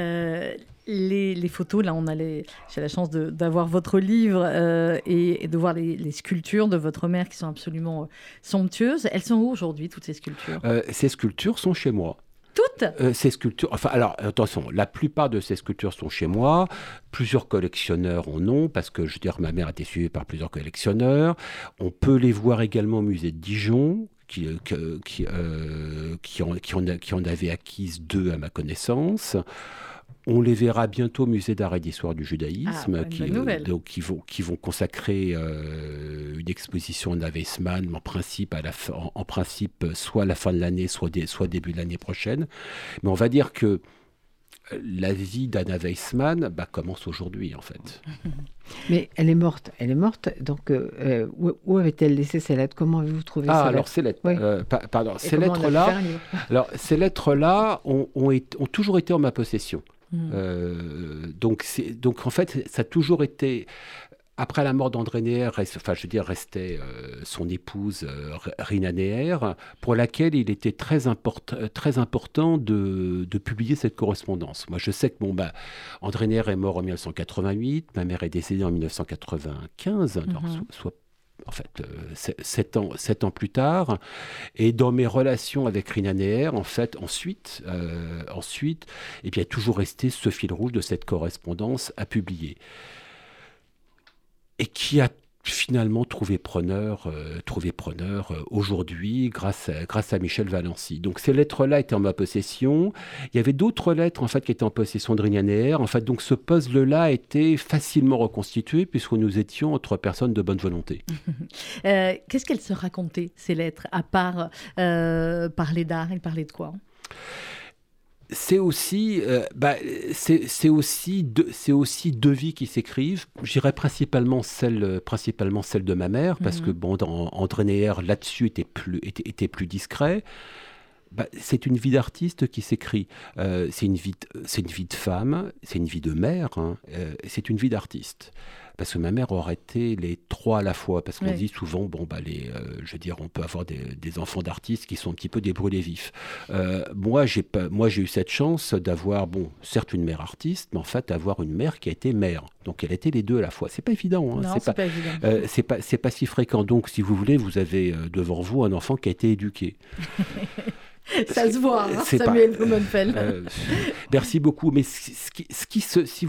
Speaker 3: Les photos, là, j'ai la chance d'avoir votre livre et de voir les sculptures de votre mère qui sont absolument somptueuses. Elles sont où aujourd'hui, toutes ces sculptures ?
Speaker 6: Ces sculptures sont chez moi.
Speaker 3: Toutes ?
Speaker 6: Ces sculptures, attention, la plupart de ces sculptures sont chez moi. Plusieurs collectionneurs en ont, parce que, je veux dire, ma mère a été suivie par plusieurs collectionneurs. On peut les voir également au musée de Dijon, qui en avait acquises 2 à ma connaissance. On les verra bientôt au Musée d'art et d'histoire du judaïsme, qui vont consacrer une exposition à Weizmann, en principe soit à la fin de l'année, soit début de l'année prochaine. Mais on va dire que la vie d'Anna Weizmann commence aujourd'hui, en fait.
Speaker 5: Mais elle est morte. Donc, où avait-elle laissé ces lettres? Comment avez-vous trouvé ces lettres?
Speaker 6: Alors, ces lettres, ces lettres-là ont toujours été en ma possession. Donc en fait, ça a toujours été... Après la mort d'André Neher, restait son épouse Rina Neher, pour laquelle il était très important de publier cette correspondance. Moi, je sais que André Neher est mort en 1988, ma mère est décédée en 1995, soit en fait 7 ans plus tard, et dans mes relations avec Rina Neher, en fait, ensuite, il y a toujours resté ce fil rouge de cette correspondance à publier, et qui a finalement trouvé preneur aujourd'hui grâce à Michel Valency. Donc ces lettres-là étaient en ma possession. Il y avait d'autres lettres en fait qui étaient en possession de Rina Neher. En fait, donc ce puzzle-là a été facilement reconstitué puisque nous étions entre personnes de bonne volonté.
Speaker 3: Qu'est-ce qu'elles se racontaient, ces lettres, à part parler d'art? Elles parlaient de quoi?
Speaker 6: C'est aussi deux vies qui s'écrivent. Je dirais principalement celle de ma mère, parce que André Neher là-dessus était plus discret. C'est une vie d'artiste qui s'écrit. C'est une vie de femme, c'est une vie de mère, c'est une vie d'artiste. Parce que ma mère aurait été les trois à la fois. Parce qu'on dit souvent, on peut avoir des enfants d'artistes qui sont un petit peu des brûlés vifs. Moi, j'ai eu cette chance d'avoir, certes une mère artiste, mais en fait, d'avoir une mère qui a été mère. Donc, elle était les deux à la fois. C'est pas évident.
Speaker 3: Non, c'est pas évident.
Speaker 6: C'est pas si fréquent. Donc, si vous voulez, vous avez devant vous un enfant qui a été éduqué.
Speaker 3: Ça se voit, Samuel Blumenfeld.
Speaker 6: Merci beaucoup. Mais ce qui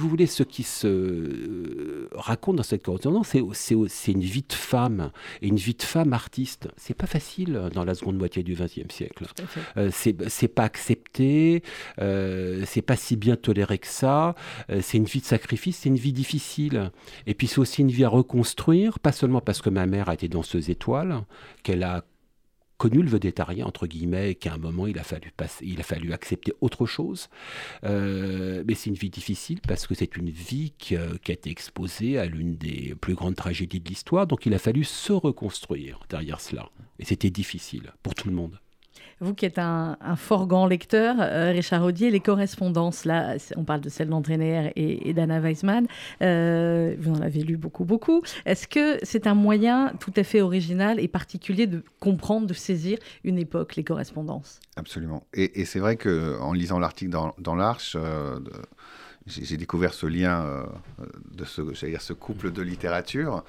Speaker 6: se raconte dans cette correspondance, c'est une vie de femme, et une vie de femme artiste. C'est pas facile dans la seconde moitié du XXe siècle. C'est pas accepté, c'est pas si bien toléré que ça. C'est une vie de sacrifice, c'est une vie difficile. Et puis c'est aussi une vie à reconstruire, pas seulement parce que ma mère a été danseuse étoile, qu'elle a connu le vedettariat, entre guillemets, et qu'à un moment, il a fallu accepter autre chose. Mais c'est une vie difficile parce que c'est une vie qui a été exposée à l'une des plus grandes tragédies de l'histoire. Donc, il a fallu se reconstruire derrière cela. Et c'était difficile pour tout le monde.
Speaker 3: Vous qui êtes un fort grand lecteur, Richard Audier, les correspondances, là, on parle de celles d'André Neher et d'Anna Weizmann, vous en avez lu beaucoup. Est-ce que c'est un moyen tout à fait original et particulier de comprendre, de saisir une époque, les correspondances? Absolument.
Speaker 4: Et c'est vrai qu'en lisant l'article dans l'Arche, j'ai découvert ce lien de ce couple de littérature.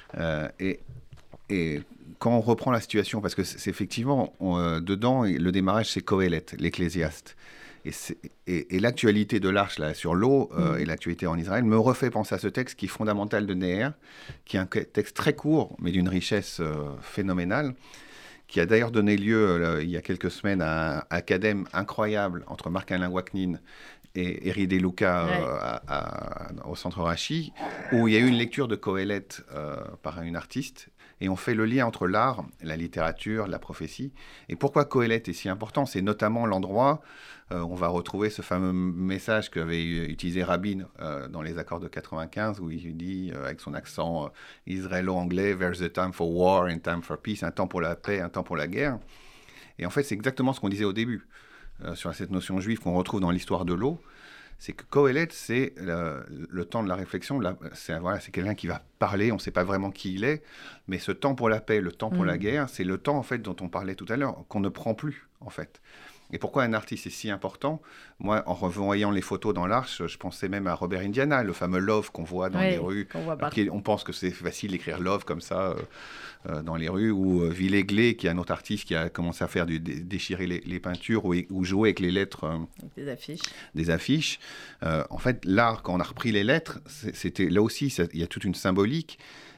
Speaker 4: Et quand on reprend la situation, parce que c'est effectivement, dedans, le démarrage, c'est Coëlette, l'Ecclésiaste. Et l'actualité de l'Arche là, sur l'eau et l'actualité en Israël me refait penser à ce texte qui est fondamental de Neher, qui est un texte très court, mais d'une richesse phénoménale, qui a d'ailleurs donné lieu, il y a quelques semaines, à un acadème incroyable entre Marc-Alain Waknin et Eri De Luca au Centre Rachi, où il y a eu une lecture de Coëlette par une artiste. Et on fait le lien entre l'art, la littérature, la prophétie. Et pourquoi Coëlette est si important? C'est notamment l'endroit où on va retrouver ce fameux message qu'avait utilisé Rabin dans les accords de 95, où il dit, avec son accent israélo-anglais, « There's a time for war and time for peace », un temps pour la paix, un temps pour la guerre. Et en fait, c'est exactement ce qu'on disait au début, sur cette notion juive qu'on retrouve dans l'histoire de l'eau. C'est que Coëlette, c'est le temps de la réflexion. C'est quelqu'un qui va parler, on ne sait pas vraiment qui il est, mais ce temps pour la paix, le temps pour la guerre, c'est le temps en fait dont on parlait tout à l'heure, qu'on ne prend plus en fait. Et pourquoi un artiste est si important? Moi, en revoyant les photos dans l'Arche, je pensais même à Robert Indiana, le fameux Love qu'on voit dans les rues. On pense que c'est facile d'écrire Love comme ça dans les rues, ou Villeglé, qui est un autre artiste qui a commencé à faire déchirer les peintures ou jouer avec les lettres. Des affiches. En fait, l'art, quand on a repris les lettres, c'était là aussi, il y a toute une symbolique.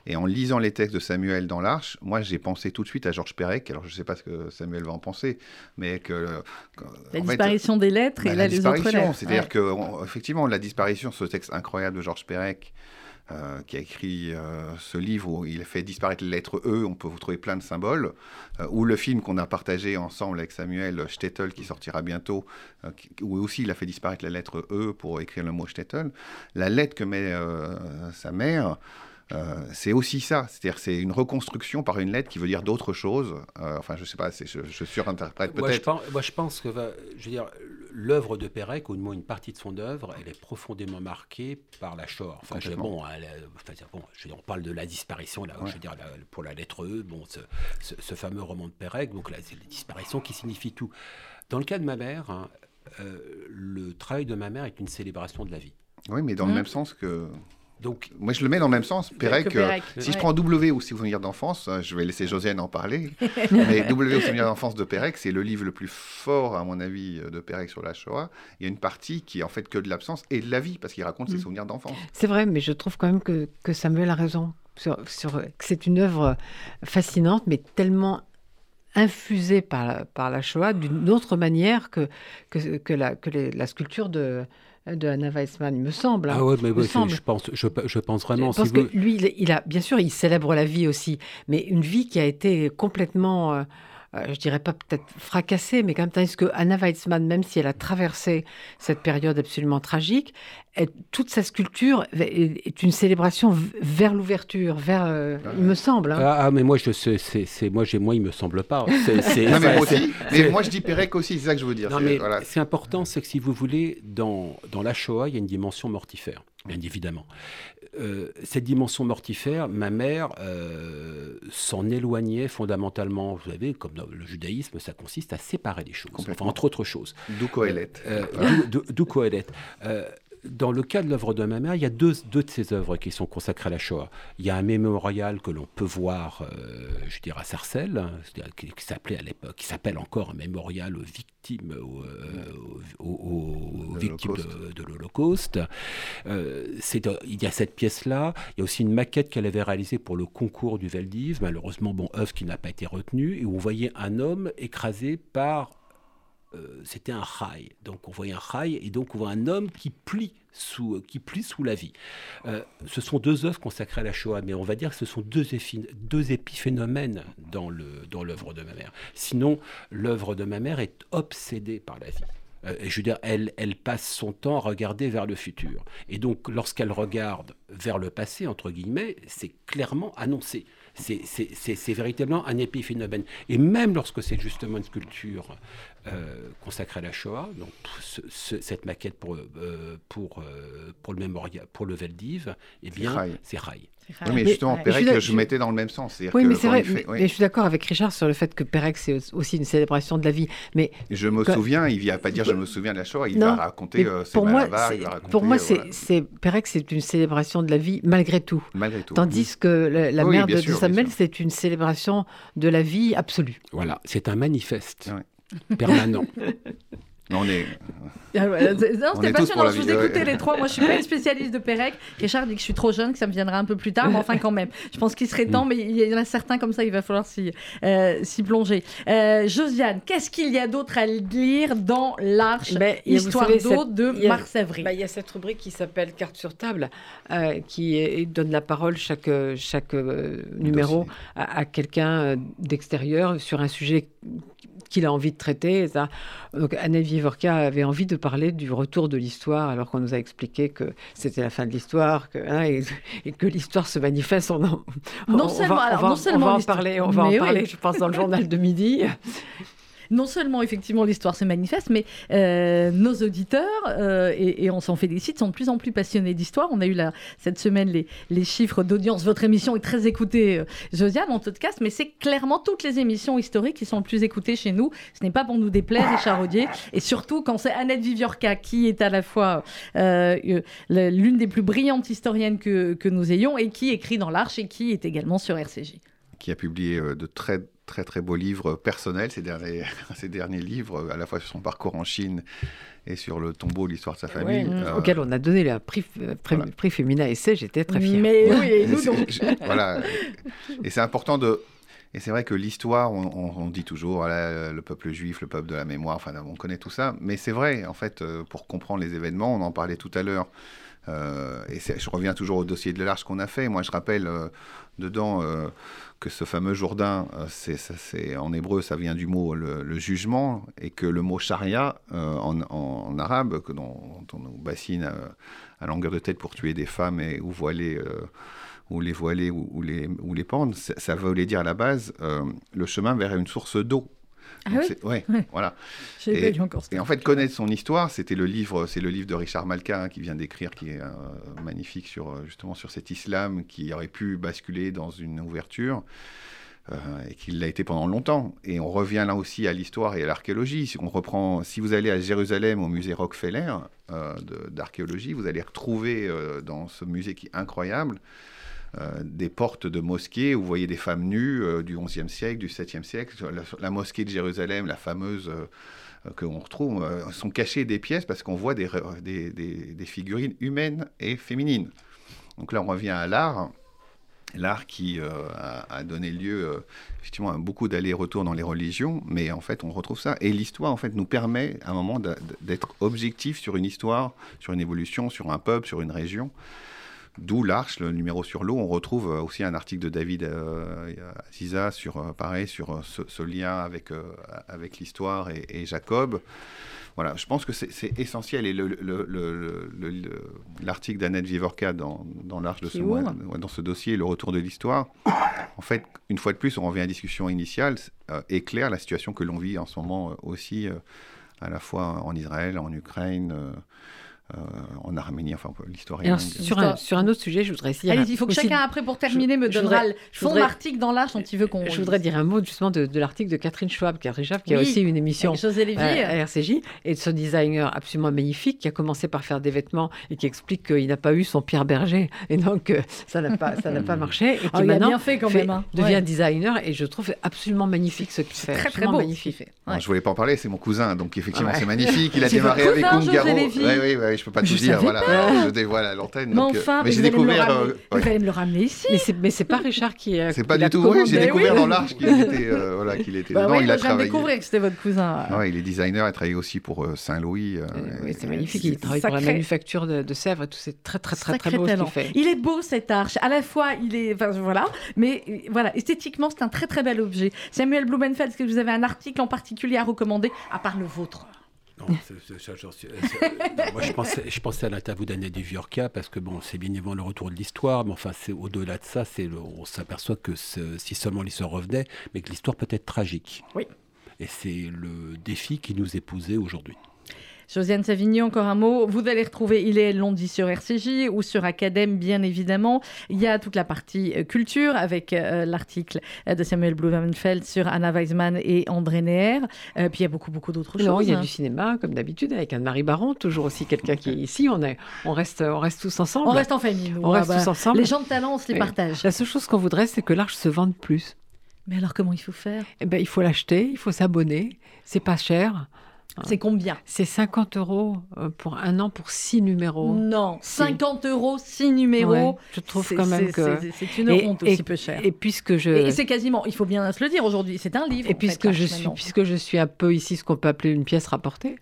Speaker 4: Et en lisant les textes de Samuel dans l'Arche, moi, j'ai pensé tout de suite à Georges Perec. Alors, je ne sais pas ce que Samuel va en penser, mais que...
Speaker 3: La disparition des lettres et là, les autres lettres.
Speaker 4: C'est-à-dire qu'effectivement, la disparition, ce texte incroyable de Georges Perec, qui a écrit ce livre où il a fait disparaître les lettres E, on peut vous trouver plein de symboles, ou le film qu'on a partagé ensemble avec Samuel, Shtetl, qui sortira bientôt, où aussi il a fait disparaître la lettre E pour écrire le mot Shtetl. La lettre que met sa mère, c'est aussi ça, c'est-à-dire c'est une reconstruction par une lettre qui veut dire d'autres choses. Enfin, je sais pas, je surinterprète peut-être.
Speaker 6: Moi, je pense que, je veux dire, l'œuvre de Perec, ou du moins une partie de son œuvre, elle est profondément marquée par la Shoah. Enfin, on parle de la disparition, là, je veux dire, pour la lettre E, ce fameux roman de Perec, donc là, c'est la disparition qui signifie tout. Dans le cas de ma mère, le travail de ma mère est une célébration de la vie.
Speaker 4: Oui, mais dans le même sens que... Donc, moi, je le mets dans le même sens. Perec, si je prends W ou Souvenirs d'enfance, je vais laisser Josiane en parler, mais W ou Souvenirs d'enfance de Perec, c'est le livre le plus fort, à mon avis, de Perec sur la Shoah. Il y a une partie qui est en fait que de l'absence et de la vie, parce qu'il raconte ses souvenirs d'enfance.
Speaker 5: C'est vrai, mais je trouve quand même que Samuel a raison. Que c'est une œuvre fascinante, mais tellement infusée par la Shoah d'une autre manière que la sculpture de Hannah Weizmann, il me semble.
Speaker 6: Ah ouais, mais je pense vraiment.
Speaker 5: Parce que lui, bien sûr, il célèbre la vie aussi, mais une vie qui a été complètement, je dirais pas peut-être fracassée, mais quand même, tandis que Hannah Weizmann, même si elle a traversé cette période absolument tragique, toute sa sculpture est une célébration vers l'ouverture, il me semble. Hein.
Speaker 6: Mais moi, il me semble pas.
Speaker 4: Mais moi, je dis Perec aussi, c'est ça que je veux dire.
Speaker 6: Non, mais c'est important, c'est que si vous voulez, dans la Shoah, il y a une dimension mortifère, bien évidemment. Cette dimension mortifère, ma mère s'en éloignait fondamentalement. Vous savez, comme dans le judaïsme, ça consiste à séparer les choses, entre autres choses.
Speaker 4: D'où Kohelet.
Speaker 6: D'où Kohelet. Dans le cas de l'œuvre de ma mère, il y a deux de ses œuvres qui sont consacrées à la Shoah. Il y a un mémorial que l'on peut voir, à Sarcelles, qui s'appelait à l'époque, qui s'appelle encore un mémorial aux victimes, aux victimes de l'Holocauste. Il y a cette pièce-là. Il y a aussi une maquette qu'elle avait réalisée pour le concours du Veldiv, malheureusement, œuvre qui n'a pas été retenue, et où on voyait un homme écrasé par... c'était un rail, donc on voit un rail et donc on voit un homme qui plie sous la vie. Ce sont deux œuvres consacrées à la Shoah, mais on va dire que ce sont deux épiphénomènes dans l'œuvre de ma mère. Sinon, l'œuvre de ma mère est obsédée par la vie. Je veux dire, elle passe son temps à regarder vers le futur. Et donc, lorsqu'elle regarde vers le passé, entre guillemets, c'est clairement annoncé. C'est véritablement un épiphénomène. Et même lorsque c'est justement une sculpture consacrée à la Shoah, donc cette maquette pour le mémorial, pour le Veldiv, eh bien, c'est Raï.
Speaker 4: Oui, mais justement, Perec, je mettais dans le même sens.
Speaker 5: Oui, mais c'est vrai. Mais je suis d'accord avec Richard sur le fait que Perec, c'est aussi une célébration de la vie. Mais
Speaker 4: je me souviens, il ne vient pas dire je me souviens de la Shoah, il va raconter ses malabars.
Speaker 5: Pour moi, Perec, c'est une célébration de la vie malgré tout. Tandis que la mère de Samuel, c'est une célébration de la vie absolue.
Speaker 6: Voilà, c'est un manifeste permanent.
Speaker 4: On est...
Speaker 3: c'était passionnant, je vous écoutais les trois. Moi, je suis pas une spécialiste de Perec. Richard dit que je suis trop jeune, que ça me viendra un peu plus tard, mais enfin quand même. Je pense qu'il serait temps, mais il y en a certains comme ça, il va falloir s'y plonger. Josiane, qu'est-ce qu'il y a d'autre à lire dans l'Arche, Histoire d'eau de Marc Savary?
Speaker 5: Il y a cette rubrique qui s'appelle Carte sur table, qui donne la parole chaque numéro à quelqu'un d'extérieur sur un sujet qu'il a envie de traiter. Ça. Donc Annette Vivorka avait envie de parler du retour de l'histoire, alors qu'on nous a expliqué que c'était la fin de l'histoire, et que l'histoire se manifeste. On va en parler, je pense, dans le journal de midi.
Speaker 3: Non seulement, effectivement, l'histoire se manifeste, mais nos auditeurs, et on s'en félicite, sont de plus en plus passionnés d'histoire. On a eu cette semaine les chiffres d'audience. Votre émission est très écoutée, Josiane, en podcast, mais c'est clairement toutes les émissions historiques qui sont le plus écoutées chez nous. Ce n'est pas pour nous déplaire, Richard Audier, et surtout quand c'est Annette Vivorka, qui est à la fois l'une des plus brillantes historiennes que nous ayons, et qui écrit dans l'Arche, et qui est également sur RCJ.
Speaker 4: qui a publié de très très très beaux livres personnels, ces derniers livres, à la fois sur son parcours en Chine et sur le tombeau, l'histoire de sa famille.
Speaker 5: Auquel on a donné le prix Féminin Essai, j'étais très fière.
Speaker 3: Mais oui, et nous donc.
Speaker 4: Voilà. Et c'est important de... Et c'est vrai que l'histoire, on dit toujours, voilà, le peuple juif, le peuple de la mémoire, enfin, on connaît tout ça. Mais c'est vrai, en fait, pour comprendre les événements, on en parlait tout à l'heure. Et je reviens toujours au dossier de l'Arche qu'on a fait. Moi, je rappelle dedans que ce fameux Jourdain, en hébreu, ça vient du mot le jugement, et que le mot charia en arabe, dont on nous bassine à longueur de tête pour tuer des femmes ou voiler... ou les voiler ou les pendre, ça voulait dire à la base le chemin vers une source d'eau.
Speaker 3: Ah oui.
Speaker 4: Voilà.
Speaker 3: Et
Speaker 4: en fait, connaître son histoire, c'est le livre de Richard Malka qui vient d'écrire, qui est magnifique justement sur cet islam qui aurait pu basculer dans une ouverture. Et qui l'a été pendant longtemps. Et on revient là aussi à l'histoire et à l'archéologie. Si vous allez à Jérusalem, au musée Rockefeller d'archéologie, vous allez retrouver dans ce musée qui est incroyable, des portes de mosquées où vous voyez des femmes nues du XIe siècle, du XVIIe siècle. La mosquée de Jérusalem, la fameuse qu'on retrouve, sont cachées des pièces parce qu'on voit des figurines humaines et féminines. Donc là, on revient à l'art qui a donné lieu effectivement à beaucoup d'allers-retours dans les religions, mais en fait, on retrouve ça. Et l'histoire, en fait, nous permet à un moment d'être objectif sur une histoire, sur une évolution, sur un peuple, sur une région. D'où l'Arche, le numéro sur l'eau. On retrouve aussi un article de David Aziza sur ce lien avec l'histoire et Jacob. Voilà, je pense que c'est essentiel. Et l'article d'Annette Vivorka dans l'Arche de ce mois, dans ce dossier, le retour de l'histoire, en fait, une fois de plus, on revient à la discussion initiale, éclaire la situation que l'on vit en ce moment aussi, à la fois en Israël, en Ukraine, en Arménie, enfin l'histoire est longue.
Speaker 5: Sur un autre sujet, je voudrais essayer...
Speaker 3: Allez, il faut que chacun après, pour terminer, me donnera son article dans l'Arche dont il veut qu'on...
Speaker 5: Je voudrais dire un mot justement de l'article de Catherine Schwab, qui a aussi une émission à RCJ, et de ce designer absolument magnifique qui a commencé par faire des vêtements et qui explique qu'il n'a pas eu son Pierre Berger, et donc ça n'a pas marché, et qui maintenant
Speaker 3: bien fait quand même,
Speaker 5: devient designer, et je trouve absolument magnifique ce qu'il fait.
Speaker 3: Très très beau.
Speaker 5: Magnifique.
Speaker 4: Je ne voulais pas en parler, c'est mon cousin, donc effectivement c'est magnifique. Il a démarré avec Ungaro. Oui, je peux pas tout dire, voilà, je dévoile à l'antenne.
Speaker 3: Mais enfin,
Speaker 4: mais j'ai découvert.
Speaker 3: Vous allez me le ramener ici.
Speaker 5: Mais c'est pas Richard qui.
Speaker 4: C'est pas du tout. Oui, j'ai découvert dans l'Arche qu'il était dedans. Il a travaillé.
Speaker 3: Je viens de découvrir que c'était votre cousin.
Speaker 4: Il est designer, il travaille aussi pour Saint-Louis.
Speaker 5: Oui, c'est magnifique. Il travaille pour la manufacture de Sèvres et tout. C'est très beau ce qu'il fait.
Speaker 3: Il est beau cette arche. À la fois, mais voilà, esthétiquement, c'est un très très bel objet. Samuel Blumenfeld, est-ce que vous avez un article en particulier à recommander, à part le vôtre?
Speaker 6: Non, moi je pensais à l'interview d'Annette Vivorka parce que c'est bien évidemment le retour de l'histoire, mais enfin c'est au-delà de ça, on s'aperçoit que si seulement l'histoire revenait, mais que l'histoire peut être tragique.
Speaker 3: Oui.
Speaker 6: Et c'est le défi qui nous est posé aujourd'hui.
Speaker 3: Josiane Savigny, encore un mot. Vous allez retrouver Il et Elle l'ont dit sur RCJ ou sur Academ, bien évidemment. Il y a toute la partie culture avec l'article de Samuel Blumenfeld sur Anna Weizmann et André Neher. Puis il y a beaucoup d'autres choses.
Speaker 5: Il y a du cinéma, comme d'habitude, avec Anne-Marie Baron, toujours aussi quelqu'un qui est ici. On reste tous ensemble.
Speaker 3: On reste en famille, nous.
Speaker 5: On reste tous ensemble.
Speaker 3: Les gens de talent, on se les partage.
Speaker 5: La seule chose qu'on voudrait, c'est que l'Arche se vende plus.
Speaker 3: Mais alors, comment il faut faire ?
Speaker 5: Il faut l'acheter, il faut s'abonner. C'est pas cher.
Speaker 3: C'est combien ?
Speaker 5: C'est 50 € pour un an pour 6 numéros.
Speaker 3: Non, 50 €, 6 numéros. Ouais,
Speaker 5: je trouve quand même que...
Speaker 3: C'est une honte aussi peu cher.
Speaker 5: Et puisque je...
Speaker 3: Et c'est quasiment, il faut bien se le dire aujourd'hui, c'est un livre.
Speaker 5: Et puisque je suis un peu ici ce qu'on peut appeler une pièce rapportée,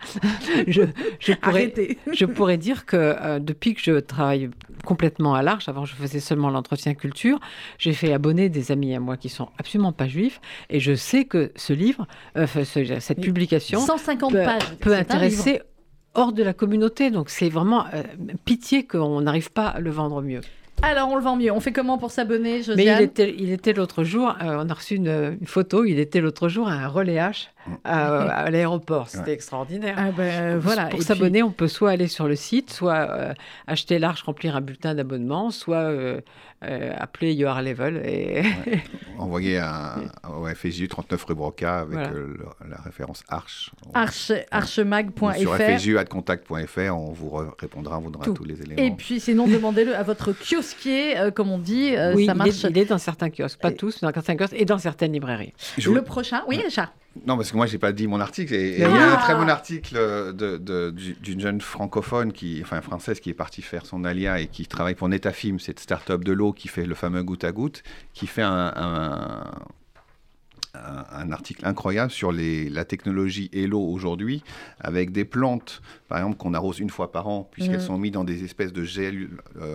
Speaker 5: je pourrais dire que depuis que je travaille complètement à l'Arche, avant je faisais seulement l'entretien culture, j'ai fait abonner des amis à moi qui sont absolument pas juifs, et je sais que ce livre, cette publication...
Speaker 3: 150 pages.
Speaker 5: Peut intéresser hors de la communauté. Donc c'est vraiment pitié qu'on n'arrive pas à le vendre mieux.
Speaker 3: Alors on le vend mieux. On fait comment pour s'abonner, Josiane ?
Speaker 5: Mais il était l'autre jour, on a reçu une photo, il était l'autre jour à un relais H à l'aéroport. C'était extraordinaire.
Speaker 3: Voilà.
Speaker 5: Pour s'abonner, on peut soit aller sur le site, soit acheter l'Arche, remplir un bulletin d'abonnement, soit appeler Your Level. Et
Speaker 4: envoyer au FSJU 39 rue Broca avec la référence Arche.
Speaker 3: Archemag.fr.
Speaker 4: Sur FSJU@contact.fr, on vous répondra, on vous donnera tous les éléments.
Speaker 3: Et puis sinon, demandez-le à votre kiosquier, comme on dit.
Speaker 5: Oui,
Speaker 3: ça marche.
Speaker 5: Il est dans certains kiosques, pas tous, mais dans certains kiosques et dans certaines librairies.
Speaker 3: Le prochain, oui, Richard.
Speaker 4: Non, parce que moi, je n'ai pas dit mon article. Et il y a un très bon article d'une jeune francophone, française, qui est partie faire son alia et qui travaille pour Netafim, cette start-up de l'eau qui fait le fameux goutte à goutte, qui fait un article incroyable sur la technologie Hello aujourd'hui, avec des plantes, par exemple, qu'on arrose une fois par an, puisqu'elles sont mises dans des espèces de gel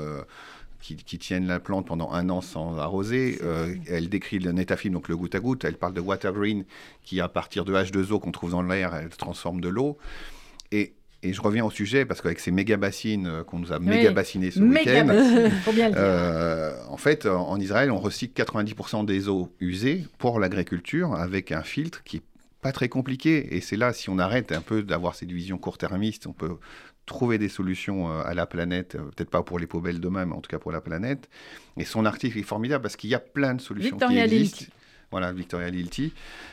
Speaker 4: qui tiennent la plante pendant 1 an sans arroser. Elle décrit le Netafim, donc le goutte à goutte. Elle parle de Water Green, qui à partir de H2O qu'on trouve dans l'air, elle transforme de l'eau. Et je reviens au sujet, parce qu'avec ces méga-bassines qu'on nous a méga-bassinés ce week-end,
Speaker 3: faut bien le dire.
Speaker 4: en fait, en Israël, on recycle 90% des eaux usées pour l'agriculture avec un filtre qui n'est pas très compliqué. Et c'est là, si on arrête un peu d'avoir cette vision court-termiste, on peut trouver des solutions à la planète, peut-être pas pour les poubelles demain, mais en tout cas pour la planète. Et son article est formidable parce qu'il y a plein de solutions qui existent. Voilà, Victoria Lilti.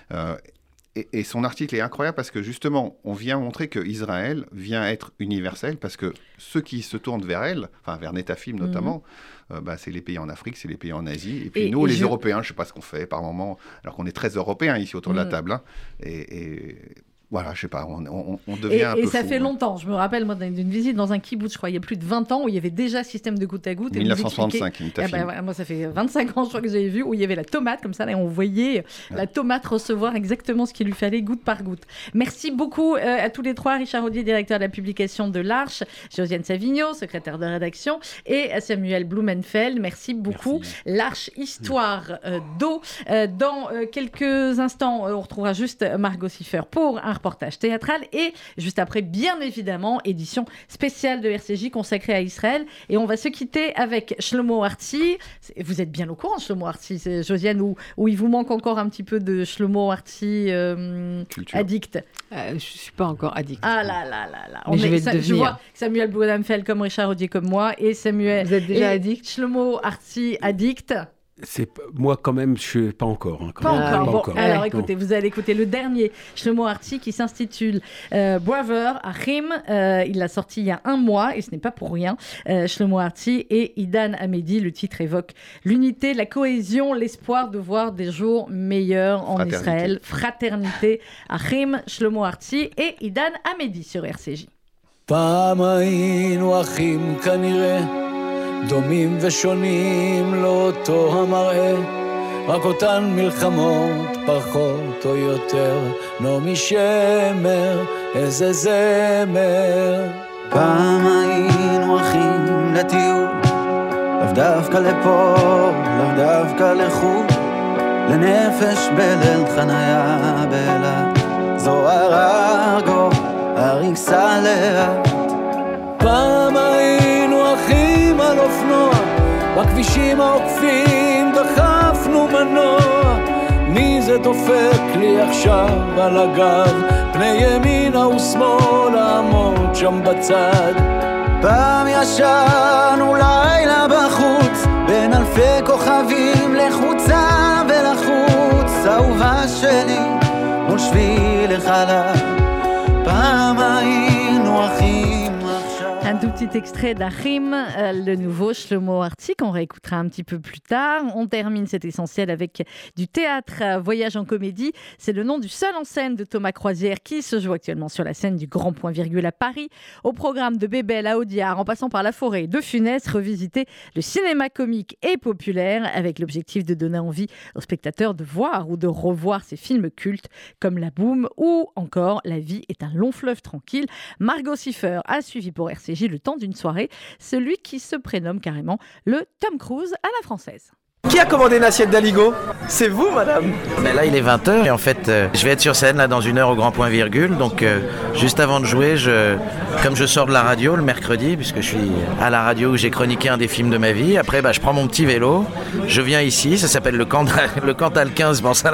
Speaker 4: Et son article est incroyable parce que justement, on vient montrer qu'Israël vient être universel parce que ceux qui se tournent vers elle, vers Netafim notamment, c'est les pays en Afrique, c'est les pays en Asie. Et puis nous, les Européens, je ne sais pas ce qu'on fait par moment, alors qu'on est très Européens ici autour de la table. Voilà, je sais pas, on devient un peu fou.
Speaker 3: Et ça fait longtemps. Je me rappelle, moi, d'une visite dans un kibbutz, je crois, il y a plus de 20 ans, où il y avait déjà système de goutte à goutte.
Speaker 4: 1965,
Speaker 3: moi, ça fait 25 ans, je crois que j'avais vu, où il y avait la tomate, comme ça, et on voyait la tomate recevoir exactement ce qu'il lui fallait, goutte par goutte. Merci beaucoup à tous les trois. Richard Audier, directeur de la publication de l'Arche, Josiane Savigno, secrétaire de rédaction, et Samuel Blumenfeld. Merci beaucoup. Merci. L'Arche, histoire d'eau. Dans quelques instants, on retrouvera juste Margot Siffer pour un reportage théâtral et juste après, bien évidemment, édition spéciale de RCJ consacrée à Israël. Et on va se quitter avec Shlomo Artzi. Vous êtes bien au courant, Shlomo Artzi, Josiane, où il vous manque encore un petit peu de Shlomo Artzi addict.
Speaker 5: Je ne suis pas encore addict.
Speaker 3: Ah là.
Speaker 5: Mais je vais le devenir.
Speaker 3: Je vois Samuel Blumenfeld comme Richard Audier comme moi et Samuel.
Speaker 5: Vous êtes déjà addict?
Speaker 3: Shlomo Artzi addict.
Speaker 6: Moi, quand même, je suis pas encore.
Speaker 3: Pas encore. Alors, écoutez, vous allez écouter le dernier Shlomo Artzi qui s'intitule Brother Achim. Il l'a sorti il y a 1 mois et ce n'est pas pour rien. Shlomo Artzi et Idan Hamedi. Le titre évoque l'unité, la cohésion, l'espoir de voir des jours meilleurs en Israël. Fraternité. Achim, Shlomo Artzi et Idan Hamedi sur RCJ.
Speaker 7: פעם היינו אחים כנראה דומים ושונים לאותו המראה רק אותן מלחמות פחות או יותר נעמי שמר איזה זמר פעם היינו אחים לטיול לאו דווקא לפה לאו דווקא לחו"ל לנפש בליל חניה באילת זוהר ארגו הריסה לאט פעם היינו אחים על אופנוע בכבישים העוקפים דחפנו מנוע מי זה דופק לי עכשיו על הגב פני ימינה ושמאל עמוד שם בצד פעם ישנו לילה בחוץ בין אלפי כוכבים לחוצה ולחוץ אהובה שלי מול שביל החלל פעם היינו אחים
Speaker 3: Un tout petit extrait d'Achim, le nouveau Shlomo Artzi, qu'on réécoutera un petit peu plus tard. On termine cet essentiel avec du théâtre Voyage en comédie. C'est le nom du seul en scène de Thomas Croisière qui se joue actuellement sur la scène du Grand Point Virgule à Paris. Au programme de Bébel à Audiard, en passant par La Forêt de Funès, revisiter le cinéma comique et populaire avec l'objectif de donner envie aux spectateurs de voir ou de revoir ces films cultes comme La Boum ou encore La vie est un long fleuve tranquille. Margot Siffer a suivi pour RCJ le temps d'une soirée, celui qui se prénomme carrément le Tom Cruise à la française.
Speaker 8: Qui a commandé une assiette d'aligot ? C'est vous, madame ?
Speaker 9: Mais là, il est 20h et en fait, je vais être sur scène là dans 1 heure au Grand Point Virgule. Donc, juste avant de jouer, comme je sors de la radio le mercredi, puisque je suis à la radio où j'ai chroniqué un des films de ma vie, après, je prends mon petit vélo, je viens ici, ça s'appelle le Cantal 15, bon, ça là,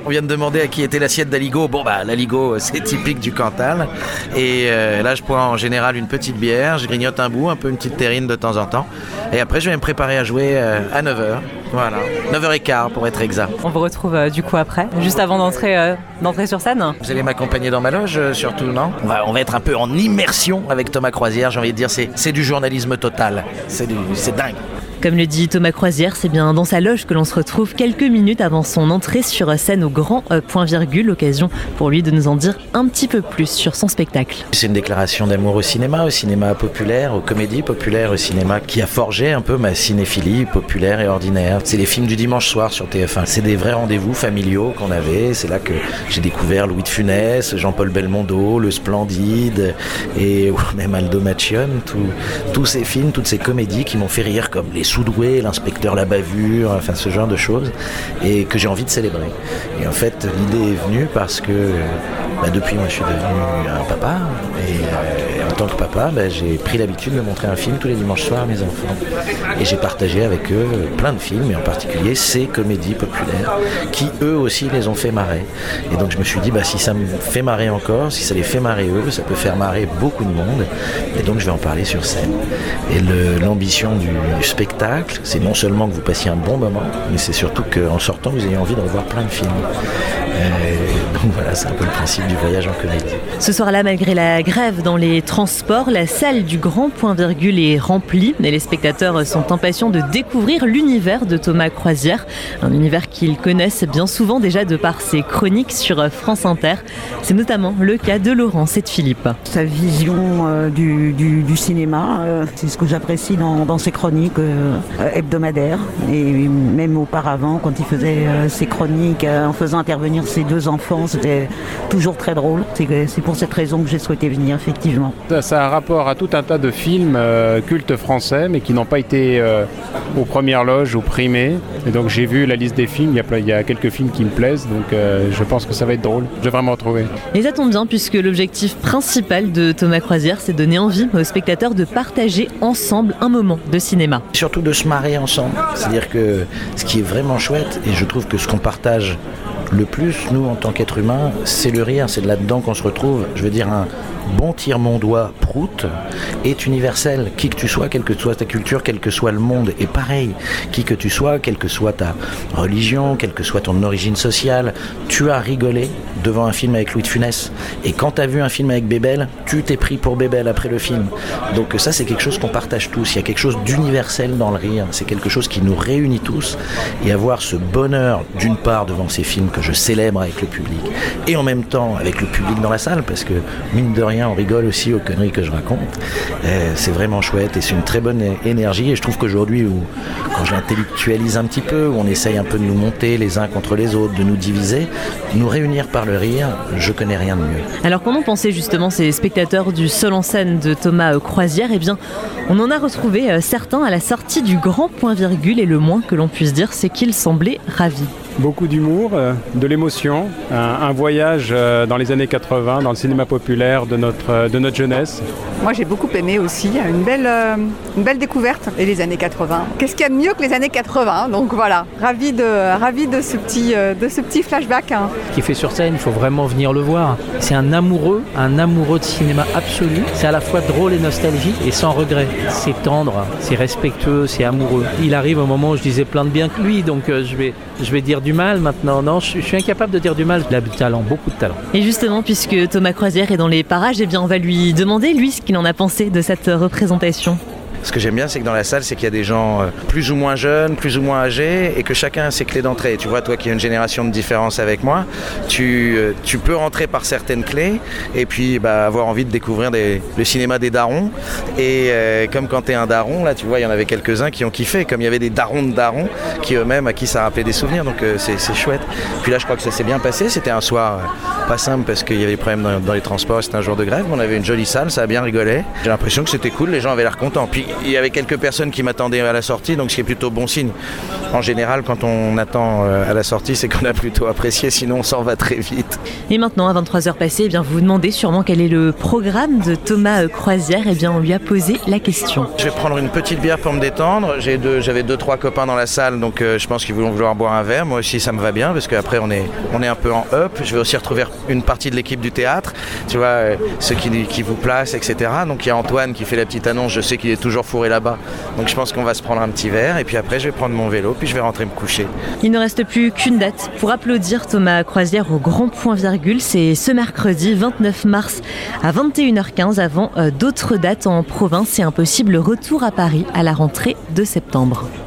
Speaker 9: On vient de demander à qui était l'assiette d'Aligot. Bon, l'Aligot, c'est typique du Cantal. Et là, je bois en général une petite bière, je grignote un bout, un peu une petite terrine de temps en temps. Et après, je vais me préparer à jouer à 9h. Voilà, 9h15 pour être exact.
Speaker 10: On vous retrouve du coup après, juste avant d'entrer sur scène.
Speaker 9: Vous allez m'accompagner dans ma loge, surtout, non ? On va être un peu en immersion avec Thomas Croisière, j'ai envie de dire, c'est du journalisme total. C'est dingue.
Speaker 10: Comme le dit Thomas Croisière, c'est bien dans sa loge que l'on se retrouve quelques minutes avant son entrée sur scène au Grand Point Virgule. L'occasion pour lui de nous en dire un petit peu plus sur son spectacle.
Speaker 9: C'est une déclaration d'amour au cinéma populaire, aux comédies populaires, au cinéma qui a forgé un peu ma cinéphilie populaire et ordinaire. C'est les films du dimanche soir sur TF1. C'est des vrais rendez-vous familiaux qu'on avait. C'est là que j'ai découvert Louis de Funès, Jean-Paul Belmondo, Le Splendide et même Aldo Machione. Tous ces films, toutes ces comédies qui m'ont fait rire comme Les Soudoués, L'inspecteur La Bavure, enfin ce genre de choses, et que j'ai envie de célébrer. Et en fait, l'idée est venue parce que depuis moi je suis devenu un papa, et en tant que papa, j'ai pris l'habitude de montrer un film tous les dimanches soirs à mes enfants. Et j'ai partagé avec eux plein de films, et en particulier ces comédies populaires, qui eux aussi les ont fait marrer. Et donc je me suis dit, si ça me fait marrer encore, si ça les fait marrer eux, ça peut faire marrer beaucoup de monde, et donc je vais en parler sur scène. Et l'ambition du spectacle, c'est non seulement que vous passiez un bon moment, mais c'est surtout qu'en sortant, vous ayez envie de revoir plein de films. Donc voilà, c'est un peu le principe du voyage en comédie.
Speaker 10: Ce soir-là, malgré la grève dans les transports, la salle du Grand Point Virgule est remplie et les spectateurs sont impatients de découvrir l'univers de Thomas Croisière, un univers qu'ils connaissent bien souvent déjà de par ses chroniques sur France Inter. C'est notamment le cas de Laurence et de Philippe.
Speaker 11: Sa vision du cinéma, c'est ce que j'apprécie dans ses chroniques hebdomadaires, et même auparavant quand il faisait ses chroniques en faisant intervenir ses deux enfants, c'était toujours très drôle. C'est pour cette raison que j'ai souhaité venir, effectivement.
Speaker 12: Ça a rapport à tout un tas de films cultes français, mais qui n'ont pas été aux premières loges ou primés. Et donc j'ai vu la liste des films, il y a quelques films qui me plaisent, donc je pense que ça va être drôle. Je vais vraiment retrouver.
Speaker 10: Et ça tombe bien, puisque l'objectif principal de Thomas Croisière, c'est de donner envie aux spectateurs de partager ensemble un moment de cinéma.
Speaker 9: Surtout de se marrer ensemble. C'est-à-dire que ce qui est vraiment chouette, et je trouve que ce qu'on partage le plus, nous, en tant qu'êtres humains, c'est le rire, c'est de là-dedans qu'on se retrouve. Je veux dire, un bon tire-mon-doigt prout est universel. Qui que tu sois, quelle que soit ta culture, quel que soit le monde, et pareil, qui que tu sois, quelle que soit ta religion, quelle que soit ton origine sociale, tu as rigolé devant un film avec Louis de Funès. Et quand tu as vu un film avec Bébel, tu t'es pris pour Bébel après le film. Donc ça, c'est quelque chose qu'on partage tous. Il y a quelque chose d'universel dans le rire. C'est quelque chose qui nous réunit tous. Et avoir ce bonheur, d'une part, devant ces films que je célèbre avec le public, et en même temps avec le public dans la salle, parce que, mine de rien, on rigole aussi aux conneries que je raconte. C'est vraiment chouette et c'est une très bonne énergie. Et je trouve qu'aujourd'hui, quand j'intellectualise un petit peu, où on essaye un peu de nous monter les uns contre les autres, de nous diviser, nous réunir par le rire, je connais rien de mieux.
Speaker 10: Alors qu'en ont pensé justement ces spectateurs du seul en scène de Thomas Croisière, eh bien, on en a retrouvé certains à la sortie du Grand Point Virgule, et le moins que l'on puisse dire, c'est qu'ils semblaient ravis.
Speaker 12: Beaucoup d'humour, de l'émotion, un voyage dans les années 80, dans le cinéma populaire de notre jeunesse.
Speaker 13: Moi j'ai beaucoup aimé aussi, une belle découverte, et les années 80. Qu'est-ce qu'il y a de mieux que les années 80 ? Donc voilà, ravi de ce petit flashback.
Speaker 14: Ce qu'il fait sur scène, il faut vraiment venir le voir. C'est un amoureux de cinéma absolu. C'est à la fois drôle et nostalgique et sans regret. C'est tendre, c'est respectueux, c'est amoureux. Il arrive au moment où je disais plein de bien que lui, donc je vais dire du mal maintenant. Non, je suis incapable de dire du mal. Il a du talent, beaucoup de talent.
Speaker 10: Et justement, puisque Thomas Croisière est dans les parages, eh bien on va lui demander, lui, ce qu'il en a pensé de cette représentation.
Speaker 9: Ce que j'aime bien, c'est que dans la salle, c'est qu'il y a des gens plus ou moins jeunes, plus ou moins âgés, et que chacun a ses clés d'entrée. Tu vois, toi qui as une génération de différence avec moi, tu peux rentrer par certaines clés, et puis avoir envie de découvrir le cinéma des darons. Et comme quand tu es un daron, là, tu vois, il y en avait quelques-uns qui ont kiffé, comme il y avait des darons de darons, qui eux-mêmes, à qui ça rappelait des souvenirs, donc c'est chouette. Puis là, je crois que ça s'est bien passé. C'était un soir pas simple, parce qu'il y avait des problèmes dans les transports, c'était un jour de grève, mais on avait une jolie salle, ça a bien rigolé. J'ai l'impression que c'était cool, les gens avaient l'air contents. Puis il y avait quelques personnes qui m'attendaient à la sortie, donc ce qui est plutôt bon signe. En général, quand on attend à la sortie, c'est qu'on a plutôt apprécié, sinon on s'en va très vite.
Speaker 10: Et maintenant, à 23h passées, eh bien, vous vous demandez sûrement quel est le programme de Thomas Croisière. Eh bien, on lui a posé la question.
Speaker 9: Je vais prendre une petite bière pour me détendre. J'avais 2-3 copains dans la salle, donc je pense qu'ils vont vouloir boire un verre. Moi aussi, ça me va bien, parce qu'après, on est un peu en up. Je vais aussi retrouver une partie de l'équipe du théâtre, tu vois, ceux qui vous placent, etc. Donc il y a Antoine qui fait la petite annonce, je sais qu'il est toujours fourré là-bas. Donc je pense qu'on va se prendre un petit verre, et puis après, je vais prendre mon vélo, puis je vais rentrer me coucher.
Speaker 10: Il ne reste plus qu'une date pour applaudir Thomas Croisière au Grand Point Virgule. C'est ce mercredi 29 mars à 21h15 avant d'autres dates en province et un possible retour à Paris à la rentrée de septembre.